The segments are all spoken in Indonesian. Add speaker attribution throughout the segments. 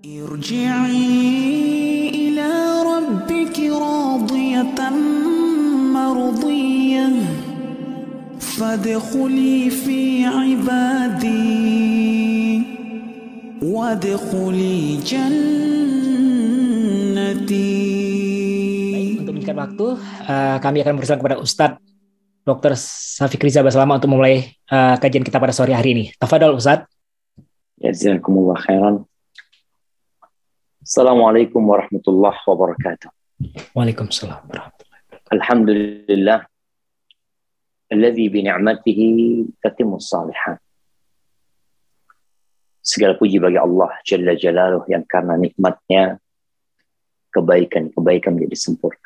Speaker 1: ارجعي إلى ربك راضية مرضية فادخلي في عبادي وادخلي جنتي.
Speaker 2: Untuk menyingkat waktu, kami akan berusaha kepada Ustadz Dr. Syafiq Riza Baslama untuk memulai kajian kita pada sore hari ini. Tafadhol Ustadz.
Speaker 3: Jazakumullah khairan. Assalamualaikum warahmatullahi wabarakatuh.
Speaker 2: Waalaikumsalam warahmatullahi wabarakatuh.
Speaker 3: Alhamdulillah alladzi bi ni'matihi tatimmus shalihat. Segala puji bagi Allah Jalla Jalaluh yang karena nikmatnya kebaikan menjadi sempurna.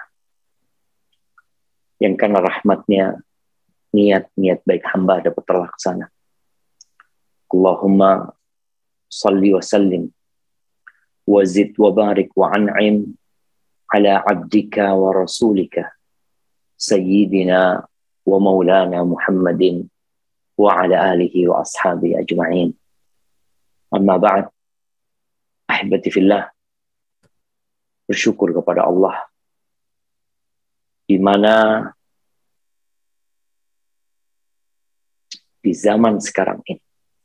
Speaker 3: Yang karena rahmatnya niat-niat baik hamba dapat terlaksana. Allahumma salli wa sallim wa zid wa barik wa an'im ala abdika wa rasulika sayyidina wa maulana Muhammadin wa ala alihi wa ashabi ajma'in. Amma ba'd, ahibati fillah, bersyukur kepada Allah di mana di zaman sekarang ini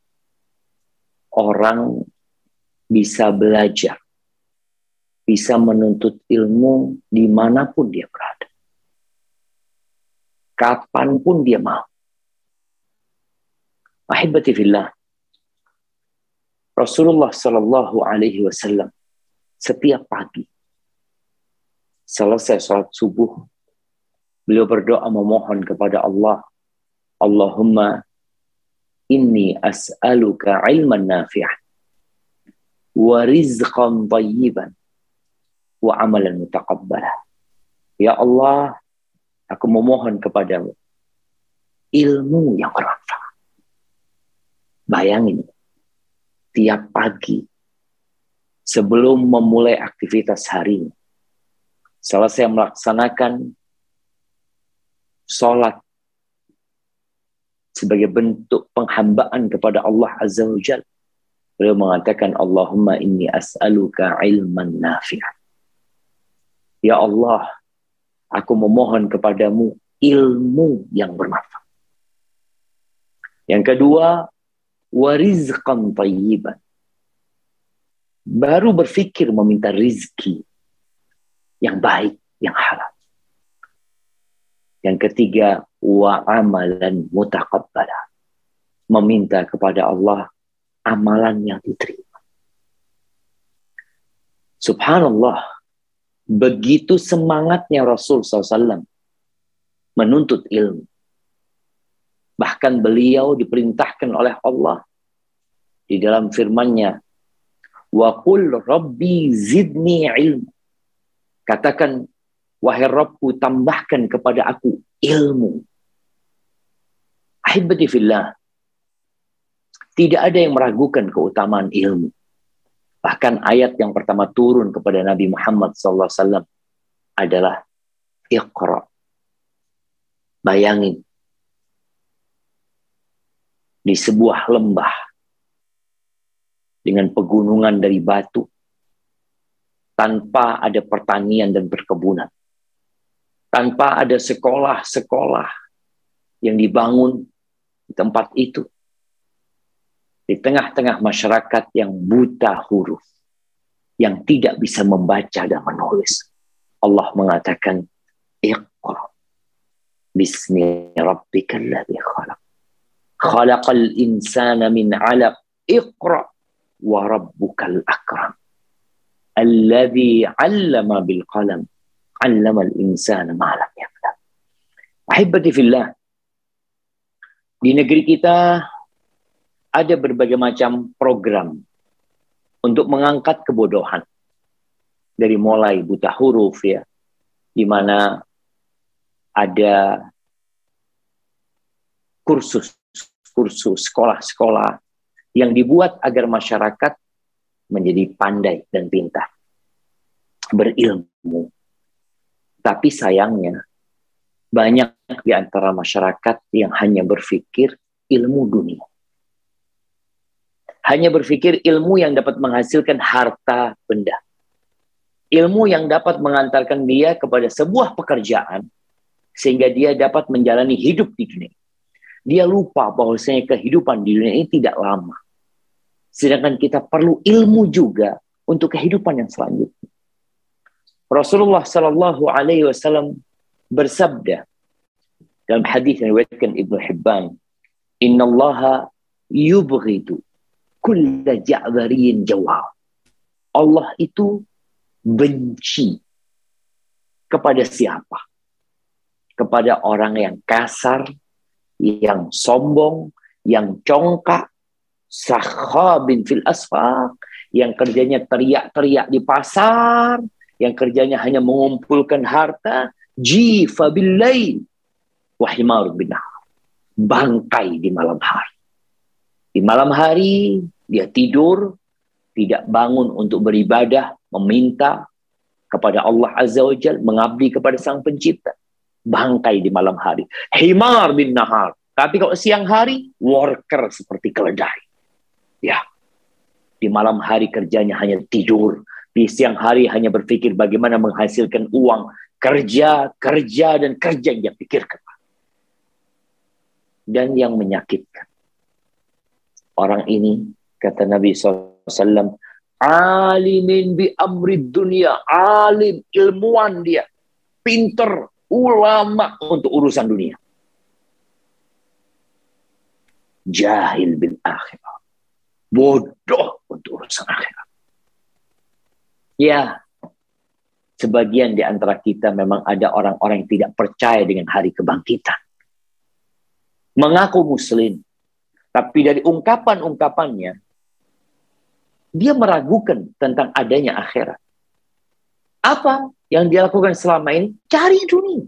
Speaker 3: orang bisa belajar, bisa menuntut ilmu dimanapun dia berada, kapanpun dia mau. Ahibati fillah, Rasulullah Sallallahu Alaihi Wasallam setiap pagi selesai sholat subuh, beliau berdoa memohon kepada Allah, Allahumma inni as'aluka ilman nafi'an wa rizqan thayyiban wa amalan mutaqabbalah. Ya Allah, aku memohon kepadamu ilmu yang bermanfaat. Bayangin, tiap pagi sebelum memulai aktivitas harinya, selesai melaksanakan sholat sebagai bentuk penghambaan kepada Allah Azza wa Jalla, beliau mengatakan, Allahumma inni as'aluka ilman nafi'an. Ya Allah, aku memohon kepadamu ilmu yang bermanfaat. Yang kedua, warizqan thayyiban. Baru berpikir meminta rizki yang baik, yang halal. Yang ketiga, wa amalan mutaqabbalah. Meminta kepada Allah amalan yang diterima. Subhanallah, begitu semangatnya Rasul SAW menuntut ilmu. Bahkan beliau diperintahkan oleh Allah di dalam firman-Nya, wa qul rabbi zidni ilmu. Katakan, wahai Rabbku, tambahkan kepada aku ilmu. Ahibati fillah, tidak ada yang meragukan keutamaan ilmu. Bahkan ayat yang pertama turun kepada Nabi Muhammad SAW adalah Iqra. Bayangin, di sebuah lembah dengan pegunungan dari batu, tanpa ada pertanian dan perkebunan, tanpa ada sekolah-sekolah yang dibangun di tempat itu, di tengah-tengah masyarakat yang buta huruf, yang tidak bisa membaca dan menulis, Allah mengatakan, Iqra bismi rabbikal ladzi khalaq. Khalaqal insana min 'alaq. Iqra wa rabbukal akram. Alladzi 'allama bil qalam. 'Allamal insana ma lam ya'lam. Ahibati fillah, di negeri kita ada berbagai macam program untuk mengangkat kebodohan. Dari mulai buta huruf, ya, di mana ada kursus sekolah-sekolah yang dibuat agar masyarakat menjadi pandai dan pintar, berilmu. Tapi sayangnya banyak di antara masyarakat yang hanya berpikir ilmu dunia. Hanya berpikir ilmu yang dapat menghasilkan harta benda. Ilmu yang dapat mengantarkan dia kepada sebuah pekerjaan sehingga dia dapat menjalani hidup di dunia. Dia lupa bahwasanya kehidupan di dunia ini tidak lama. Sedangkan kita perlu ilmu juga untuk kehidupan yang selanjutnya. Rasulullah Shallallahu Alaihi Wasallam bersabda dalam hadis yang diriwayatkan Ibnu Hibban, Inna Allaha yubghidu kulla ja'bariyin jawab. Allah itu benci kepada siapa? Kepada orang yang kasar, yang sombong, yang congkak, sakhabin fil asfaq, yang kerjanya teriak-teriak di pasar, yang kerjanya hanya mengumpulkan harta, jifa bil lail wa himar bin nahar, bangkai di malam hari. Di malam hari dia tidur, tidak bangun untuk beribadah, meminta kepada Allah Azza wa Jalla, mengabdi kepada Sang Pencipta. Bangkai di malam hari. Himar bin nahar. Tapi kalau siang hari, worker seperti keledai. Ya. Di malam hari kerjanya hanya tidur. Di siang hari hanya berpikir bagaimana menghasilkan uang. Kerja, dan kerja yang dia pikirkan. Dan yang menyakitkan. Orang ini, kata Nabi SAW, alimin bi amrid dunia. Alim, ilmuwan dia. Pinter, ulama untuk urusan dunia. Jahil bil akhirah. Bodoh untuk urusan akhirat. Ya, sebagian di antara kita memang ada orang-orang yang tidak percaya dengan hari kebangkitan. Mengaku muslim, tapi dari ungkapan-ungkapannya, dia meragukan tentang adanya akhirat. Apa yang dia lakukan selama ini? Cari dunia.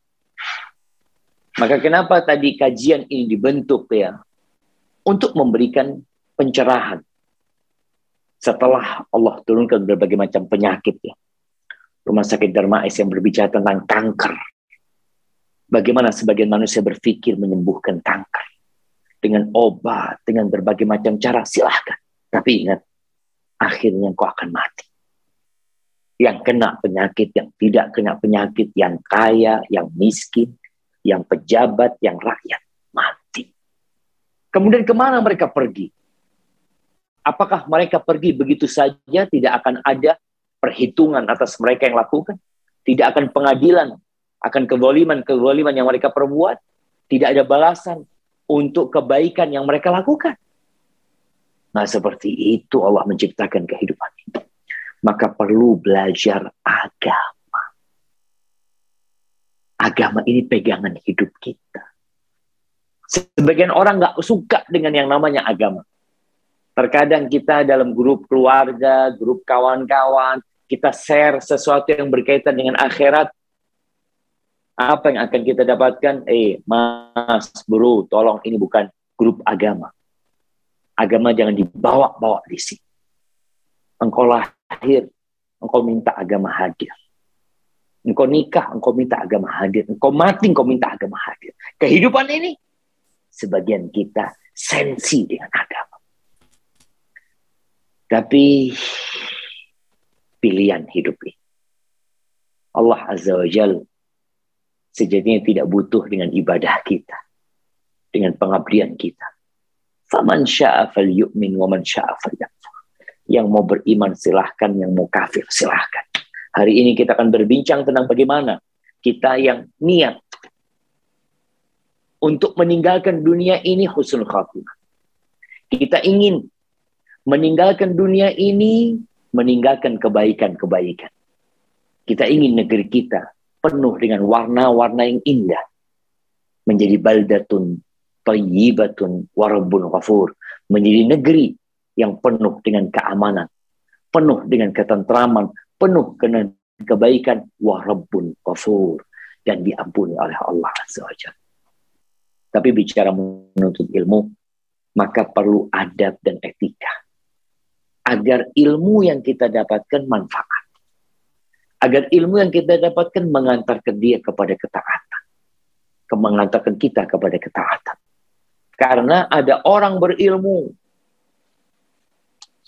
Speaker 3: Maka kenapa tadi kajian ini dibentuk ya? Untuk memberikan pencerahan. Setelah Allah turunkan berbagai macam penyakit ya. Rumah sakit Darmais yang berbicara tentang kanker. Bagaimana sebagian manusia berpikir menyembuhkan kanker. Dengan obat, dengan berbagai macam cara, silahkan. Tapi ingat, akhirnya kau akan mati. Yang kena penyakit, yang tidak kena penyakit, yang kaya, yang miskin, yang pejabat, yang rakyat, mati. Kemudian kemana mereka pergi? Apakah mereka pergi begitu saja, tidak akan ada perhitungan atas mereka yang lakukan? Tidak akan pengadilan akan kezaliman yang mereka perbuat? Tidak ada balasan untuk kebaikan yang mereka lakukan? Nah, seperti itu Allah menciptakan kehidupan ini. Maka perlu belajar agama. Agama ini pegangan hidup kita. Sebagian orang nggak suka dengan yang namanya agama. Terkadang kita dalam grup keluarga, grup kawan-kawan, kita share sesuatu yang berkaitan dengan akhirat. Apa yang akan kita dapatkan? Mas, bro, tolong ini bukan grup agama. Agama jangan dibawa-bawa di sini. Engkau lahir, engkau minta agama hadir. Engkau nikah, engkau minta agama hadir. Engkau mati, engkau minta agama hadir. Kehidupan ini, sebagian kita sensi dengan agama. Tapi, pilihan hidup ini. Allah Azza wa Jalla sejatinya tidak butuh dengan ibadah kita. Dengan pengabdian kita. Faman sya'a falyu'min wa man sya'a falyakfur. Yang mau beriman silahkan, yang mau kafir silahkan. Hari ini kita akan berbincang tentang bagaimana kita yang niat untuk meninggalkan dunia ini husnul khatimah. Kita ingin meninggalkan dunia ini, meninggalkan kebaikan-kebaikan. Kita ingin negeri kita penuh dengan warna-warna yang indah. Menjadi baldatun thayyibatun wa rabbun ghafur. Menjadi negeri yang penuh dengan keamanan, penuh dengan ketentraman, penuh dengan kebaikan, wa rabbun ghafur, dan diampuni oleh Allah Azza wa Jalla. Tapi bicara menuntut ilmu, maka perlu adab dan etika. Agar ilmu yang kita dapatkan manfaat. Agar ilmu yang kita dapatkan mengantarkan dia kepada ketaatan. Mengantarkan kita kepada ketaatan. Karena ada orang berilmu,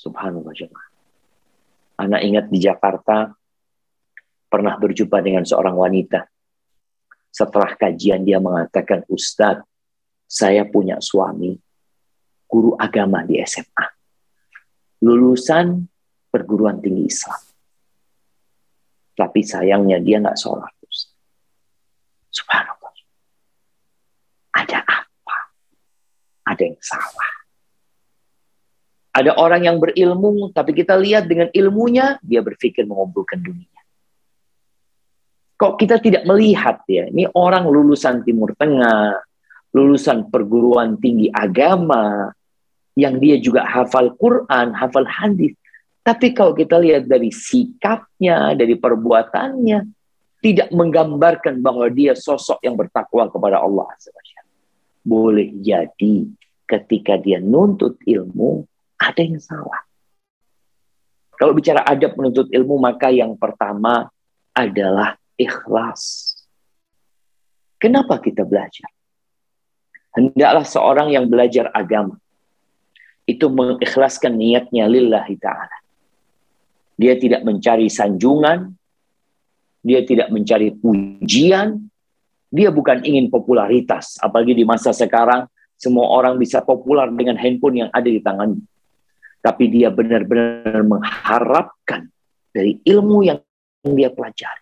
Speaker 3: Subhanallah jemaah. Anak ingat di Jakarta pernah berjumpa dengan seorang wanita. Setelah kajian dia mengatakan, Ustadz, saya punya suami guru agama di SMA. Lulusan perguruan tinggi Islam. Tapi sayangnya dia nggak sholat. Subhanallah. Ada apa? Ada yang salah. Ada orang yang berilmu, tapi kita lihat dengan ilmunya, dia berpikir mengumpulkan dunia. Kok kita tidak melihat ya, ini orang lulusan Timur Tengah, lulusan perguruan tinggi agama, yang dia juga hafal Quran, hafal hadis. Tapi kalau kita lihat dari sikapnya, dari perbuatannya, tidak menggambarkan bahwa dia sosok yang bertakwa kepada Allah Azza wa Jalla. Boleh jadi ketika dia nuntut ilmu, ada yang salah. Kalau bicara adab menuntut ilmu, maka yang pertama adalah ikhlas. Kenapa kita belajar? Hendaklah seorang yang belajar agama itu mengikhlaskan niatnya lillahi ta'ala. Dia tidak mencari sanjungan, dia tidak mencari pujian, dia bukan ingin popularitas. Apalagi di masa sekarang, semua orang bisa populer dengan handphone yang ada di tangannya. Tapi dia benar-benar mengharapkan dari ilmu yang dia pelajari.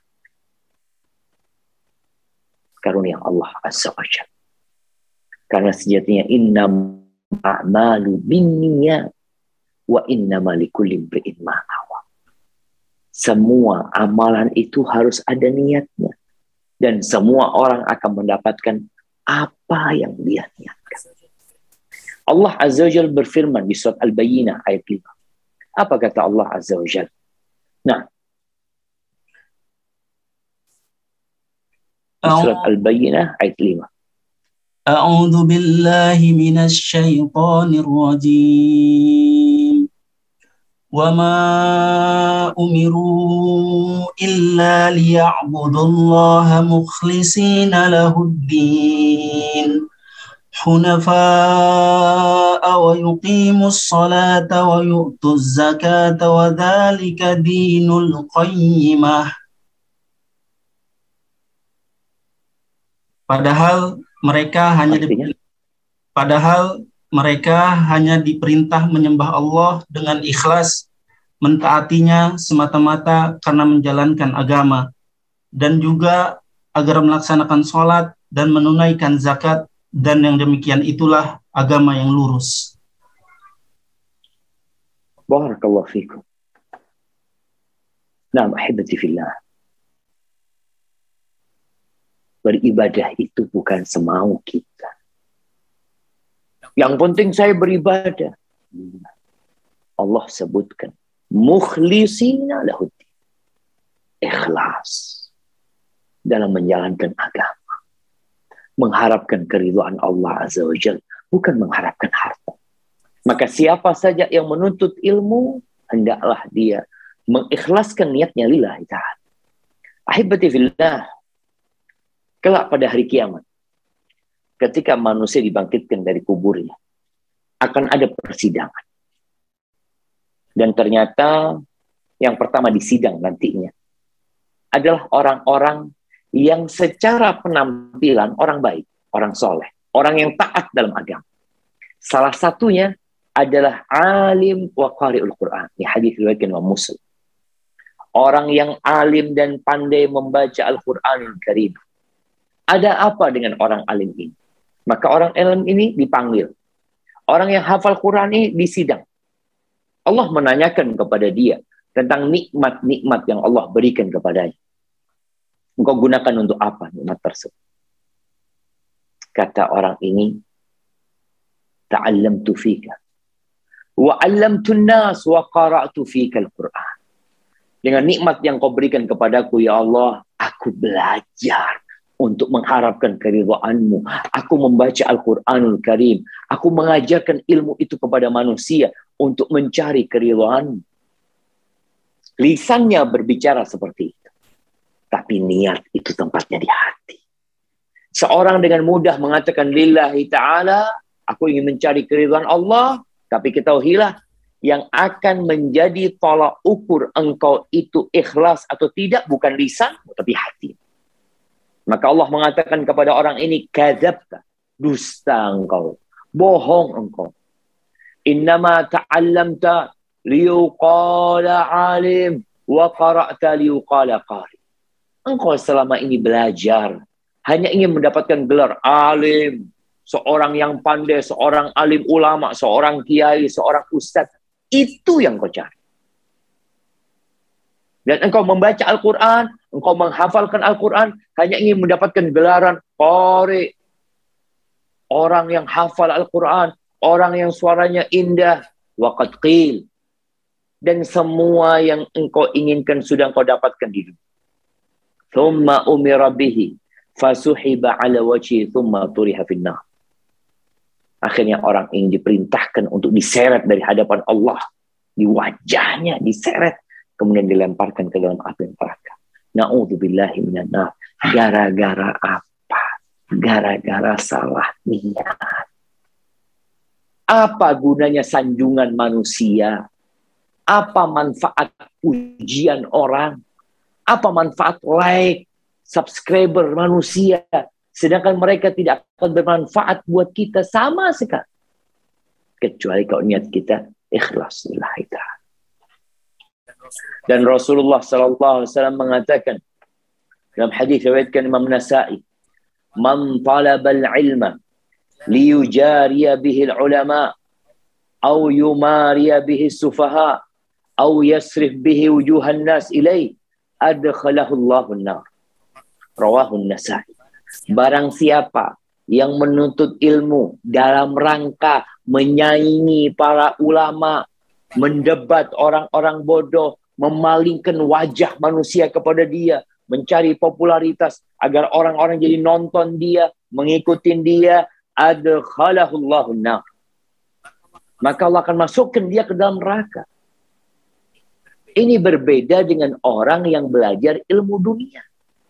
Speaker 3: Karunia Allah Azza wa Jalla. Karena sejatinya innam a'malu binniyat wa innama likulli imri'in ma nawa. Semua amalan itu harus ada niatnya. Dan semua orang akan mendapatkan apa yang dia niatkan. Allah Azza wa Jalla berfirman di surat Al-Bayyinah ayat 5. Apa kata Allah Azza wa Jalla? Nah, surat Al-Bayyinah ayat 5.
Speaker 1: A'udzu billahi minasy syaithanir rajim. Wa ma umiru illa liya'budullaha mukhlishina lahud-din hunafa'a wa yuqimus salata wa yu'tuz zakata wa dzalika dinul qayyimah. Padahal mereka hanya diperintah menyembah Allah dengan ikhlas, mentaatinya semata-mata karena menjalankan agama, dan juga agar melaksanakan sholat dan menunaikan zakat, dan yang demikian itulah agama yang lurus.
Speaker 3: Barakallahu fikum. Nah, ahibati fillah. Beribadah itu bukan semau kita. Yang penting saya beribadah. Allah sebutkan mukhlishina lahuddin. Ikhlas dalam menjalankan agama. Mengharapkan keridhaan Allah Azza wa Jalla, bukan mengharapkan harta. Maka siapa saja yang menuntut ilmu, hendaklah dia mengikhlaskan niatnya lillahi ta'ala. Ahibati fillah. Kelak pada hari kiamat, ketika manusia dibangkitkan dari kuburnya, akan ada persidangan. Dan ternyata yang pertama disidang nantinya adalah orang-orang yang secara penampilan orang baik, orang soleh, orang yang taat dalam agama. Salah satunya adalah alim wa qari'ul Quran. Ini hadis riwayat Imam Muslim. Orang yang alim dan pandai membaca Al-Quranul Karim. Ada apa dengan orang alim ini? Maka orang alim ini dipanggil. Orang yang hafal Quran ini disidang. Allah menanyakan kepada dia tentang nikmat-nikmat yang Allah berikan kepadanya. Engkau gunakan untuk apa nikmat tersebut? Kata orang ini, ta'allamtu fika wa 'allamtun nas wa qara'tu fika al-Quran. Dengan nikmat yang kau berikan kepadaku ya Allah, aku belajar untuk mengharapkan keridhaanmu. Aku membaca Al-Quranul Karim. Aku mengajarkan ilmu itu kepada manusia untuk mencari keridhaanmu. Lisannya berbicara seperti itu. Tapi niat itu tempatnya di hati. Seorang dengan mudah mengatakan lillahi ta'ala, aku ingin mencari keridhaan Allah, tapi ketahuilah, yang akan menjadi tolak ukur engkau itu ikhlas atau tidak bukan lisan, tapi hati. Maka Allah mengatakan kepada orang ini, kadzabta, dusta engkau, bohong engkau. Innama ta'allamta liyuqala alim wa qara'ta liyuqala qari. Engkau selama ini belajar hanya ingin mendapatkan gelar alim, seorang yang pandai, seorang alim ulama, seorang kiai, seorang ustadz. Itu yang kau cari. Dan engkau membaca Al-Quran, engkau menghafalkan Al-Quran, hanya ingin mendapatkan gelaran qari. Orang yang hafal Al-Quran, orang yang suaranya indah, waqad qil. Dan semua yang engkau inginkan sudah engkau dapatkan di dunia. Thumma umira bihi, fasuhiba ala wajhi, thumma turiha finnar. Akhirnya orang ini diperintahkan untuk diseret dari hadapan Allah. Di wajahnya diseret. Kemudian dilemparkan ke dalam api neraka. Na'udzubillahi minan nar. Gara-gara apa? Gara-gara salah niat. Apa gunanya sanjungan manusia? Apa manfaat pujian orang? Apa manfaat like, subscriber manusia? Sedangkan mereka tidak akan bermanfaat buat kita sama sekali. Kecuali kalau niat kita ikhlas lillahi ta'ala. Dan Rasulullah SAW mengatakan dalam hadis riwayatkan Imam Nasa'i, man talabal ilma liyujariya bihil ulama au yumariya bihi sufaha au yasrif bihi wujuhan nas ilai adkhalahu Allahun nar. Rawahun Nasa'i. Barang siapa yang menuntut ilmu dalam rangka menyaingi para ulama, mendebat orang-orang bodoh, memalingkan wajah manusia kepada dia, mencari popularitas agar orang-orang jadi nonton dia, mengikuti dia, adkhalahu Allahun nar. Maka Allah akan masukkan dia ke dalam neraka. Ini berbeda dengan orang yang belajar ilmu dunia.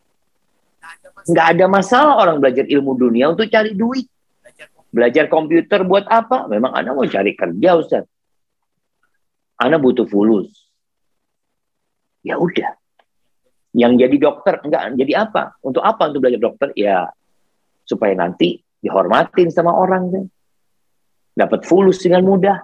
Speaker 3: Nggak ada masalah orang belajar ilmu dunia untuk cari duit. Belajar komputer buat apa? Memang Anda mau cari kerja, Ustaz. Anda butuh fulus. Ya udah. Yang jadi dokter, enggak. Jadi apa? Untuk apa untuk belajar dokter? Ya, supaya nanti dihormatin sama orang. Kan? Dapat fulus dengan mudah.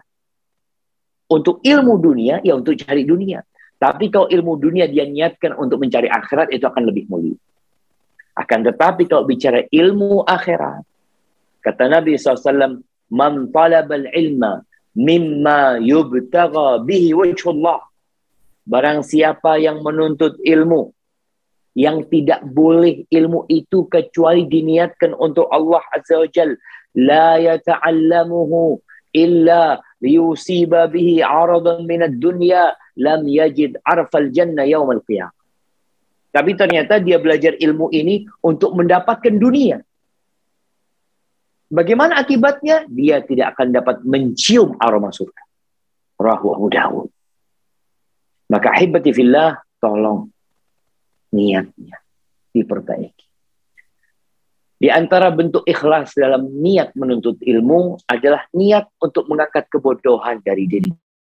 Speaker 3: Untuk ilmu dunia, ya untuk cari dunia. Tapi kalau ilmu dunia dia niatkan untuk mencari akhirat, itu akan lebih mulia. Akan tetapi kalau bicara ilmu akhirat, kata Nabi SAW, man talabal ilma mimma yubtagha bihi wajhullah. Barang siapa yang menuntut ilmu, yang tidak boleh ilmu itu kecuali diniatkan untuk Allah Azza wa Jal. La yata'allamuhu illa liyusiba bihi aradan minad dunya lam yajid arfal jannah yawmal qiyamah. Tapi ternyata dia belajar ilmu ini untuk mendapatkan dunia. Bagaimana akibatnya? Dia tidak akan dapat mencium aroma surga. Rawahu Abu Dawud. Maka ahibati fillah, tolong niatnya diperbaiki. Di antara bentuk ikhlas dalam niat menuntut ilmu adalah niat untuk mengangkat kebodohan dari diri.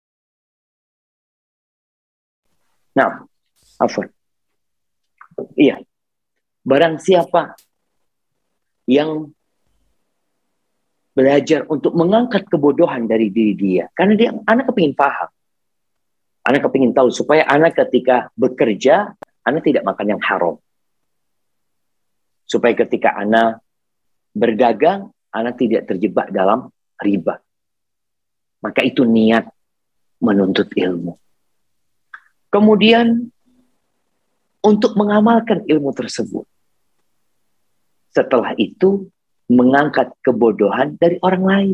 Speaker 3: Nah, afwan. Iya, barang siapa yang belajar untuk mengangkat kebodohan dari diri dia, karena anak kepingin paham, anak kepingin tahu supaya anak ketika bekerja, anak tidak makan yang haram, supaya ketika anak berdagang, anak tidak terjebak dalam riba. Maka itu niat menuntut ilmu. Kemudian untuk mengamalkan ilmu tersebut. Setelah itu, mengangkat kebodohan dari orang lain.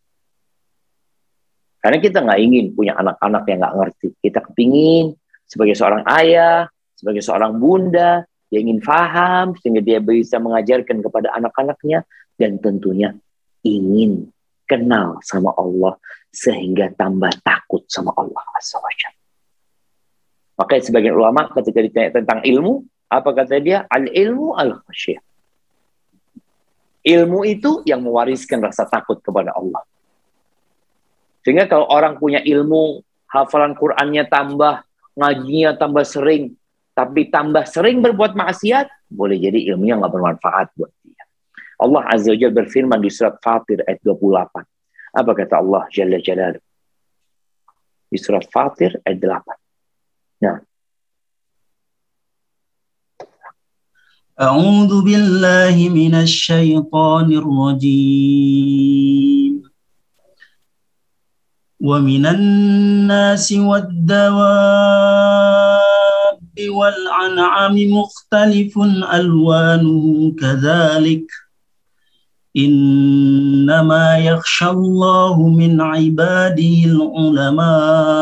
Speaker 3: Karena kita nggak ingin punya anak-anak yang nggak ngerti. Kita kepingin sebagai seorang ayah, sebagai seorang bunda, dia ingin paham, sehingga dia bisa mengajarkan kepada anak-anaknya, dan tentunya ingin kenal sama Allah, sehingga tambah takut sama Allah Azza wa Jalla. Makanya sebagian ulama ketika ditanya tentang ilmu, apa kata dia? Al-ilmu al-khasyah. Ilmu itu yang mewariskan rasa takut kepada Allah. Sehingga kalau orang punya ilmu, hafalan Qur'annya tambah, ngajinya tambah sering, tapi tambah sering berbuat maksiat, boleh jadi ilmunya nggak bermanfaat buat dia. Allah Azza wa Jalla berfirman di surat Fatir ayat 28. Apa kata Allah Jalla Jalaluhu? Di surat Fatir ayat 8. Nah.
Speaker 1: A'udzu billahi minasy syaithanir rajim. Wa minan nasi wad-dawabi wal an'ami mukhtalifun alwanuhu kadzalik. Innama yakhshallahu min ibadihil ulama.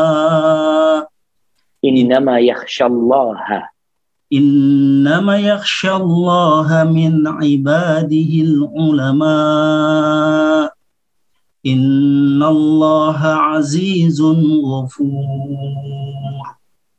Speaker 3: Innama yakhshallaha.
Speaker 1: Innama yakhshallaha min ibadihil ulama. Innallaha azizun ghafur.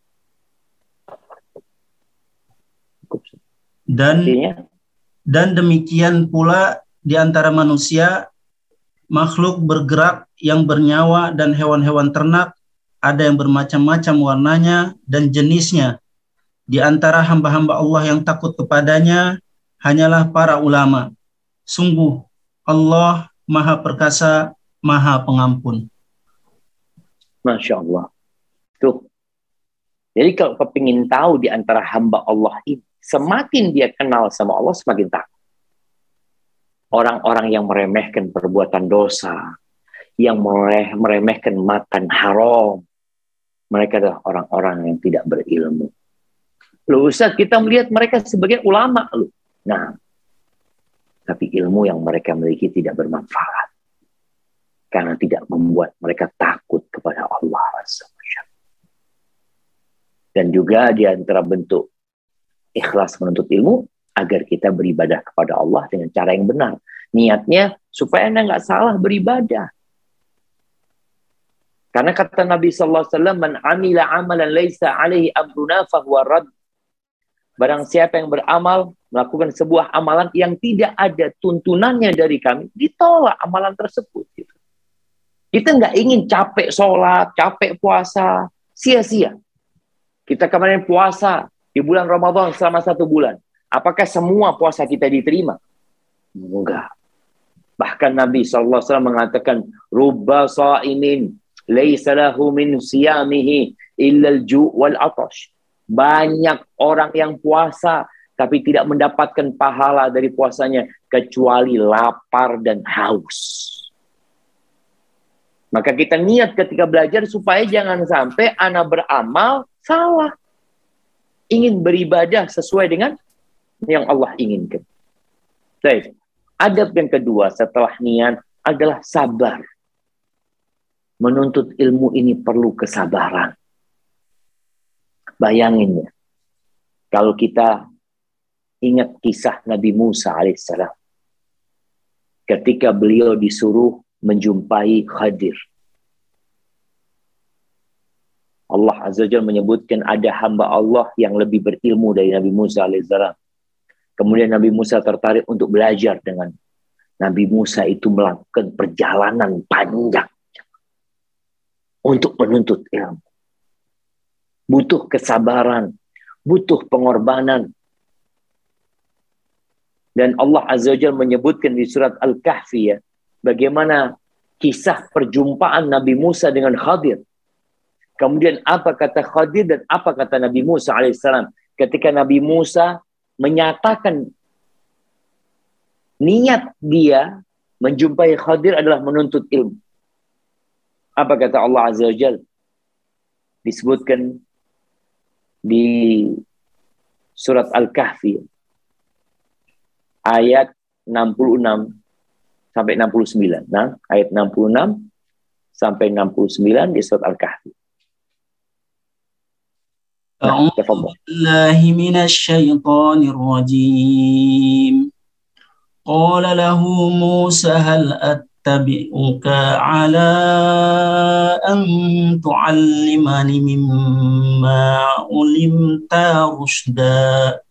Speaker 1: Dan demikian pula di antara manusia, makhluk bergerak yang bernyawa dan hewan-hewan ternak, ada yang bermacam-macam warnanya dan jenisnya. Di antara hamba-hamba Allah yang takut kepadanya, hanyalah para ulama. Sungguh, Allah Maha Perkasa, Maha Pengampun.
Speaker 3: Masya Allah. Tuh. Jadi kalau kepingin tahu di antara hamba Allah ini, semakin dia kenal sama Allah, semakin takut. Orang-orang yang meremehkan perbuatan dosa, yang meremehkan makan haram, mereka adalah orang-orang yang tidak berilmu. Loh Ustaz, kita melihat mereka sebagai ulama loh. Nah, tapi ilmu yang mereka miliki tidak bermanfaat. Karena tidak membuat mereka takut kepada Allah. Dan juga di antara bentuk ikhlas menuntut ilmu, agar kita beribadah kepada Allah dengan cara yang benar. Niatnya supaya Anda nggak salah beribadah. Karena kata Nabi SAW, man amila amalan laisa alaihi amruna fahuwa rad. Barang siapa yang beramal, melakukan sebuah amalan yang tidak ada tuntunannya dari kami, ditolak amalan tersebut. Kita nggak ingin capek sholat, capek puasa, sia-sia. Kita kemarin puasa di bulan Ramadan selama 1 bulan. Apakah semua puasa kita diterima? Enggak. Bahkan Nabi SAW mengatakan, Rubba sa'imin, laysa lahu min siyamihi illal ju' wal atash. Banyak orang yang puasa, tapi tidak mendapatkan pahala dari puasanya, kecuali lapar dan haus. Maka kita niat ketika belajar, supaya jangan sampai anak beramal salah. Ingin beribadah sesuai dengan yang Allah inginkan. Baik. Adab yang kedua setelah niat adalah sabar. Menuntut ilmu ini perlu kesabaran. Bayangin ya, kalau kita ingat kisah Nabi Musa alaihissalam, ketika beliau disuruh menjumpai Khadir. Allah Azza wa Jalla menyebutkan ada hamba Allah yang lebih berilmu dari Nabi Musa alaihissalam. Kemudian Nabi Musa tertarik untuk belajar dengan Nabi Musa. Itu melakukan perjalanan panjang untuk menuntut ilmu. Butuh kesabaran, butuh pengorbanan. Dan Allah Azza wa Jalla menyebutkan di surat Al-Kahfi ya, bagaimana kisah perjumpaan Nabi Musa dengan Khadir. Kemudian apa kata Khadir dan apa kata Nabi Musa alaihissalam ketika Nabi Musa menyatakan niat dia menjumpai Khadir adalah menuntut ilmu. Apa kata Allah Azza wa Jalla? Disebutkan di surat Al-Kahfi ayat 66 sampai 69. Nah, ayat 66 sampai 69 di surat Al-Kahfi.
Speaker 1: A'udzu billahi minasy syaithanir rajim. Qala lahu Musa hal attabi'uka ala an tu'allimani mimma ulimta rushda.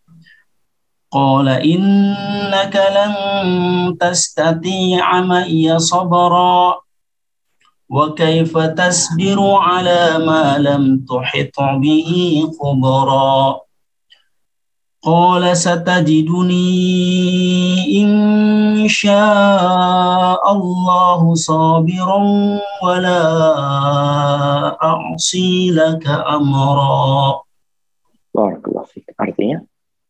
Speaker 1: Qala innaka lan tastati'a ma'iya sabra. وكيف تصبر على ما لم تحط به خبرا قال ستجدني إن شاء الله صابرا ولا أعصي لك أمرا.
Speaker 3: Barakallahu fiik. Artinya,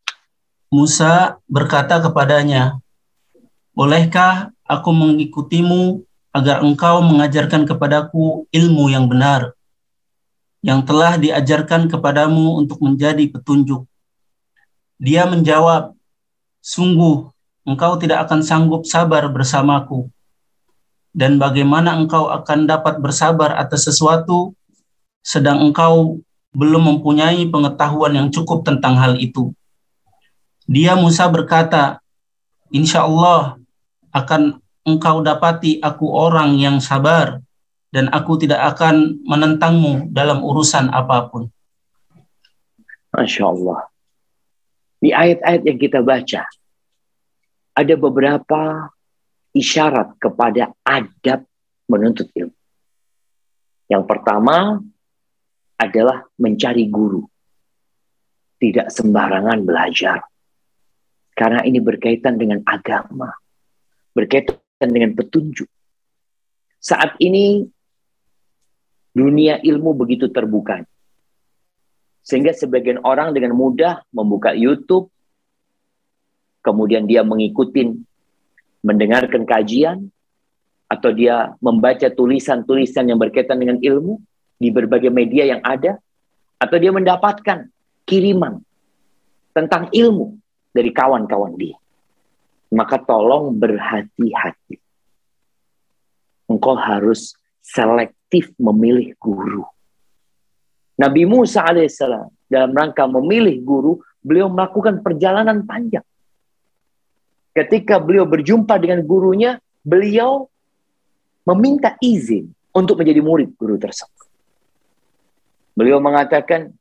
Speaker 1: Musa berkata kepadanya, bolehkah aku mengikutimu agar engkau mengajarkan kepadaku ilmu yang benar, yang telah diajarkan kepadamu untuk menjadi petunjuk. Dia menjawab, sungguh engkau tidak akan sanggup sabar bersamaku. Dan bagaimana engkau akan dapat bersabar atas sesuatu, sedang engkau belum mempunyai pengetahuan yang cukup tentang hal itu. Dia Musa berkata, insya Allah akan engkau dapati aku orang yang sabar, dan aku tidak akan menentangmu dalam urusan apapun.
Speaker 3: Masya Allah. Di ayat-ayat yang kita baca, ada beberapa isyarat kepada adab menuntut ilmu. Yang pertama adalah mencari guru. Tidak sembarangan belajar. Karena ini berkaitan dengan agama. Berkaitan dengan petunjuk. Saat ini dunia ilmu begitu terbuka. Sehingga sebagian orang dengan mudah membuka YouTube, kemudian dia mengikuti, mendengarkan kajian, atau dia membaca tulisan-tulisan yang berkaitan dengan ilmu di berbagai media yang ada, atau dia mendapatkan kiriman tentang ilmu dari kawan-kawan dia. Maka tolong berhati-hati. Engkau harus selektif memilih guru. Nabi Musa alaihissalam dalam rangka memilih guru, beliau melakukan perjalanan panjang. Ketika beliau berjumpa dengan gurunya, beliau meminta izin untuk menjadi murid guru tersebut. Beliau mengatakan,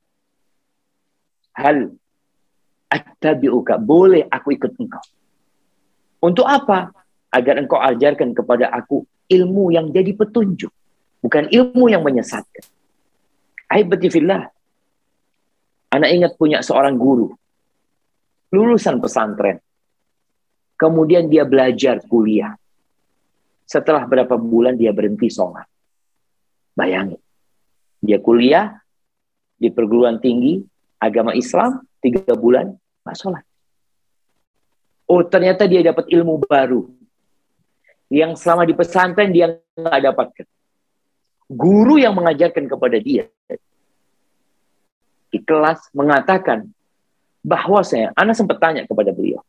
Speaker 3: hal attabi'uka, boleh aku ikut engkau. Untuk apa? Agar engkau ajarkan kepada aku ilmu yang jadi petunjuk, bukan ilmu yang menyesatkan. Ahibati fillah, anak ingat punya seorang guru, lulusan pesantren. Kemudian dia belajar kuliah. Setelah berapa bulan dia berhenti sholat. Bayangin, dia kuliah di perguruan tinggi agama Islam, 3 bulan nggak sholat. Oh, ternyata dia dapat ilmu baru yang selama di pesantren dia nggak dapatkan. Guru yang mengajarkan kepada dia di kelas mengatakan bahwa Ana sempat tanya kepada beliau.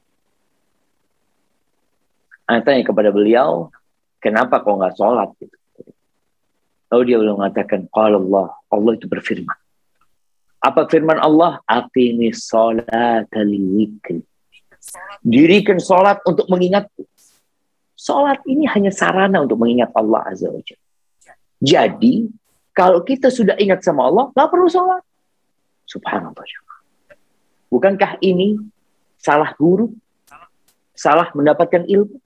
Speaker 3: Ana tanya kepada beliau, kenapa kau nggak sholat? Gitu. Lalu dia mengatakan, Allah itu berfirman. Apa firman Allah? Aqimis sholata lidzikri. Dirikan sholat untuk mengingatku. Sholat ini hanya sarana untuk mengingat Allah Azza wa Jalla. Jadi, kalau kita sudah ingat sama Allah, nggak perlu sholat. Subhanallah. Bukankah ini salah guru? Salah mendapatkan ilmu?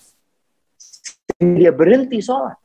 Speaker 3: Dia berhenti sholat.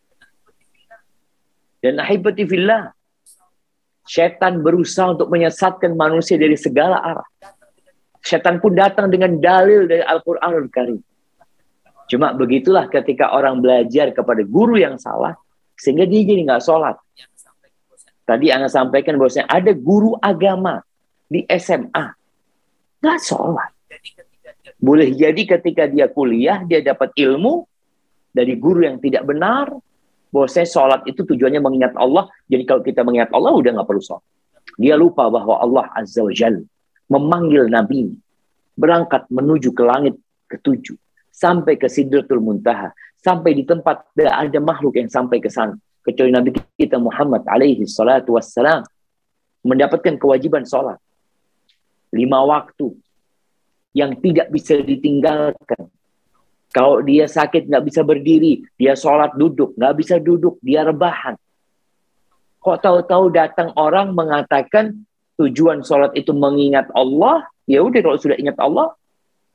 Speaker 3: Dan ahibati fillah, syaitan berusaha untuk menyesatkan manusia dari segala arah. Syaitan pun datang dengan dalil dari Al-Quranul Karim. Cuma begitulah ketika orang belajar kepada guru yang salah, sehingga dia jadi nggak sholat. Tadi Ana sampaikan bahwasanya ada guru agama di SMA, nggak sholat. Boleh jadi ketika dia kuliah, dia dapat ilmu dari guru yang tidak benar, bahwasanya sholat itu tujuannya mengingat Allah. Jadi kalau kita mengingat Allah, udah nggak perlu sholat. Dia lupa bahwa Allah Azza wa Jalla memanggil Nabi berangkat menuju ke langit ke-7 sampai ke Sidratul Muntaha, sampai di tempat tidak ada makhluk yang sampai ke sana kecuali Nabi kita Muhammad alaihi salatu wassalam mendapatkan kewajiban sholat 5 waktu yang tidak bisa ditinggalkan. Kalau dia sakit nggak bisa berdiri, dia sholat duduk, nggak bisa duduk, dia rebahan. Kok tahu-tahu datang orang mengatakan tujuan sholat itu mengingat Allah, ya udah kalau sudah ingat Allah,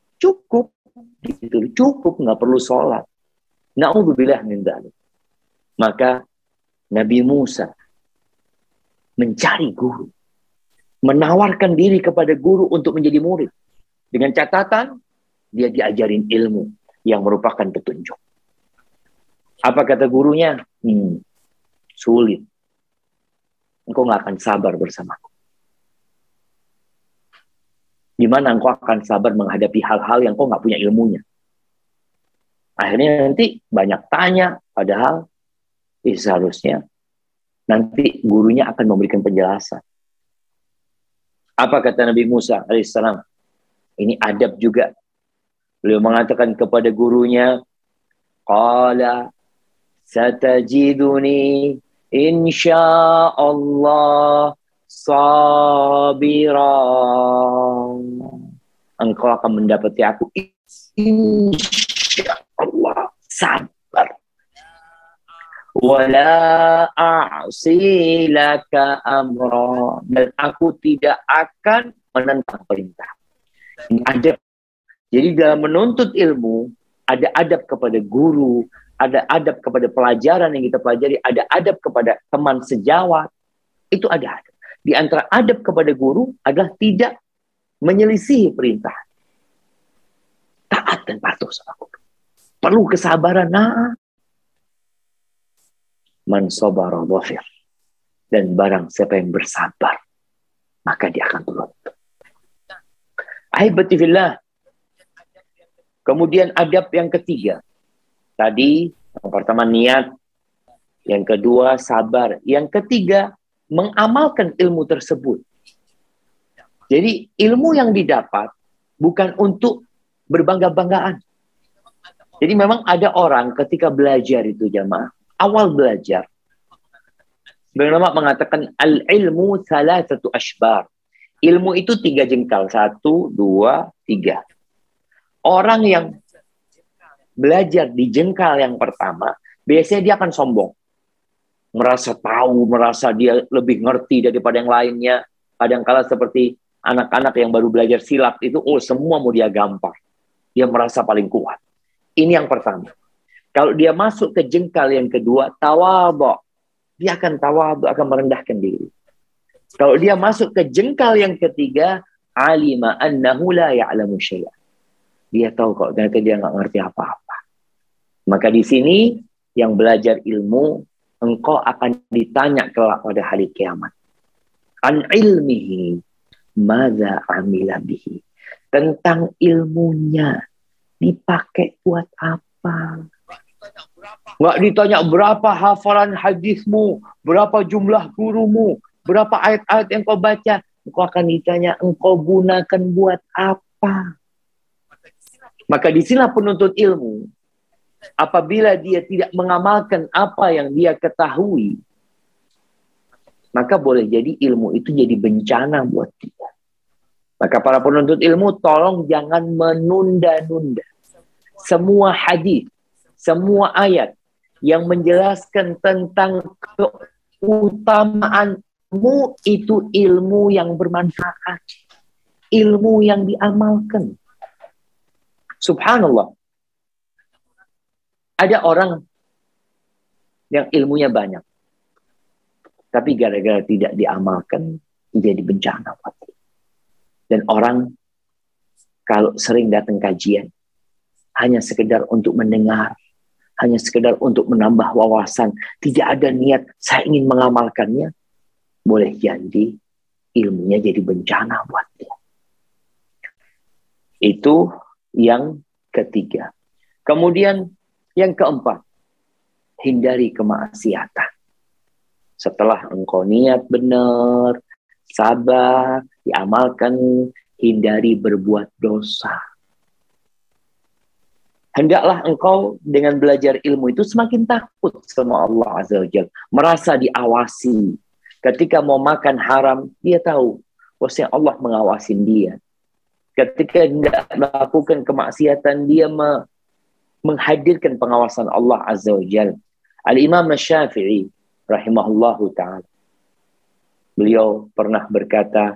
Speaker 3: cukup. Gitu, cukup, nggak perlu sholat. Na'udzubillah min dzalik. Maka Nabi Musa mencari guru, menawarkan diri kepada guru untuk menjadi murid. Dengan catatan, dia diajarin ilmu yang merupakan petunjuk. Apa kata gurunya? Sulit. Engkau nggak akan sabar bersamaku. Gimana engkau akan sabar menghadapi hal-hal yang engkau nggak punya ilmunya? Akhirnya nanti banyak tanya, padahal seharusnya nanti gurunya akan memberikan penjelasan. Apa kata Nabi Musa alaihissalam? Ini adab juga. Beliau mengatakan kepada gurunya, Qala satajiduni insyaallah sabiran. Engkau akan mendapati aku insyaallah sabar. Wala a'si laka amra, dan aku tidak akan menentang perintah. Ini adab. Jadi dalam menuntut ilmu ada adab kepada guru, ada adab kepada pelajaran yang kita pelajari, ada adab kepada teman sejawat. Itu ada adab. Di antara adab kepada guru adalah tidak menyelisihi perintah. Taat dan patuh sama guru. Perlu kesabaran. Man sabara dhafir. Dan barang siapa yang bersabar, maka dia akan beruntung. Ahibati fillah. Kemudian adab yang ketiga. Tadi yang pertama niat, yang kedua sabar, yang ketiga mengamalkan ilmu tersebut. Jadi ilmu yang didapat bukan untuk berbangga-banggaan. Jadi memang ada orang ketika belajar itu jamaah, awal belajar, bagaimana mengatakan al-ilmu salasatu ashbar. Ilmu itu 3 jengkal. 1, 2, 3. Orang yang belajar di jengkal yang pertama, biasanya dia akan sombong. Merasa tahu, merasa dia lebih ngerti daripada yang lainnya. Kadang-kala seperti anak-anak yang baru belajar silat itu, semua mau dia gampar. Dia merasa paling kuat. Ini yang pertama. Kalau dia masuk ke jengkal yang kedua, tawadhu. Dia akan tawadhu, akan merendahkan diri. Kalau dia masuk ke jengkal yang ketiga, alima annahu la ya'lamu syai'an. Dia tahu kok ternyata dia nggak ngerti apa-apa. Maka di sini yang belajar ilmu, engkau akan ditanya kelak pada hari kiamat. An ilmihi madza amila bihi. Tentang ilmunya dipakai buat apa? Nggak ditanya berapa hafalan hadismu, berapa jumlah gurumu, berapa ayat-ayat yang kau baca. Engkau akan ditanya, engkau gunakan buat apa? Maka disinilah penuntut ilmu, apabila dia tidak mengamalkan apa yang dia ketahui, maka boleh jadi ilmu itu jadi bencana buat dia. Maka para penuntut ilmu, tolong jangan menunda-nunda. Semua hadis, semua ayat yang menjelaskan tentang keutamaanmu itu ilmu yang bermanfaat. Ilmu yang diamalkan. Subhanallah. Ada orang yang ilmunya banyak. Tapi gara-gara tidak diamalkan, jadi bencana. Dan orang kalau sering datang kajian, hanya sekedar untuk mendengar, hanya sekedar untuk menambah wawasan, tidak ada niat, saya ingin mengamalkannya, boleh jadi ilmunya jadi bencana buat dia. Itu yang ketiga. Kemudian yang keempat, hindari kemaksiatan. Setelah engkau niat benar, sabar, diamalkan, hindari berbuat dosa. Hendaklah engkau dengan belajar ilmu itu semakin takut sama Allah Azza wa Jalla. Merasa diawasi. Ketika mau makan haram, dia tahu bahwasanya Allah mengawasin dia. Ketika tidak melakukan kemaksiatan, dia menghadirkan pengawasan Allah Azza wa Jalla. Al-Imam Asy-Syafi'i rahimahullahu ta'ala, beliau pernah berkata,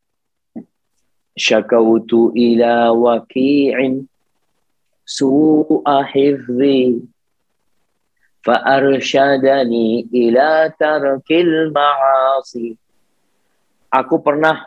Speaker 3: syakautu ila waqi'in su'a hifzi Fa'arsyadani ila tarkil ma'asi. Aku pernah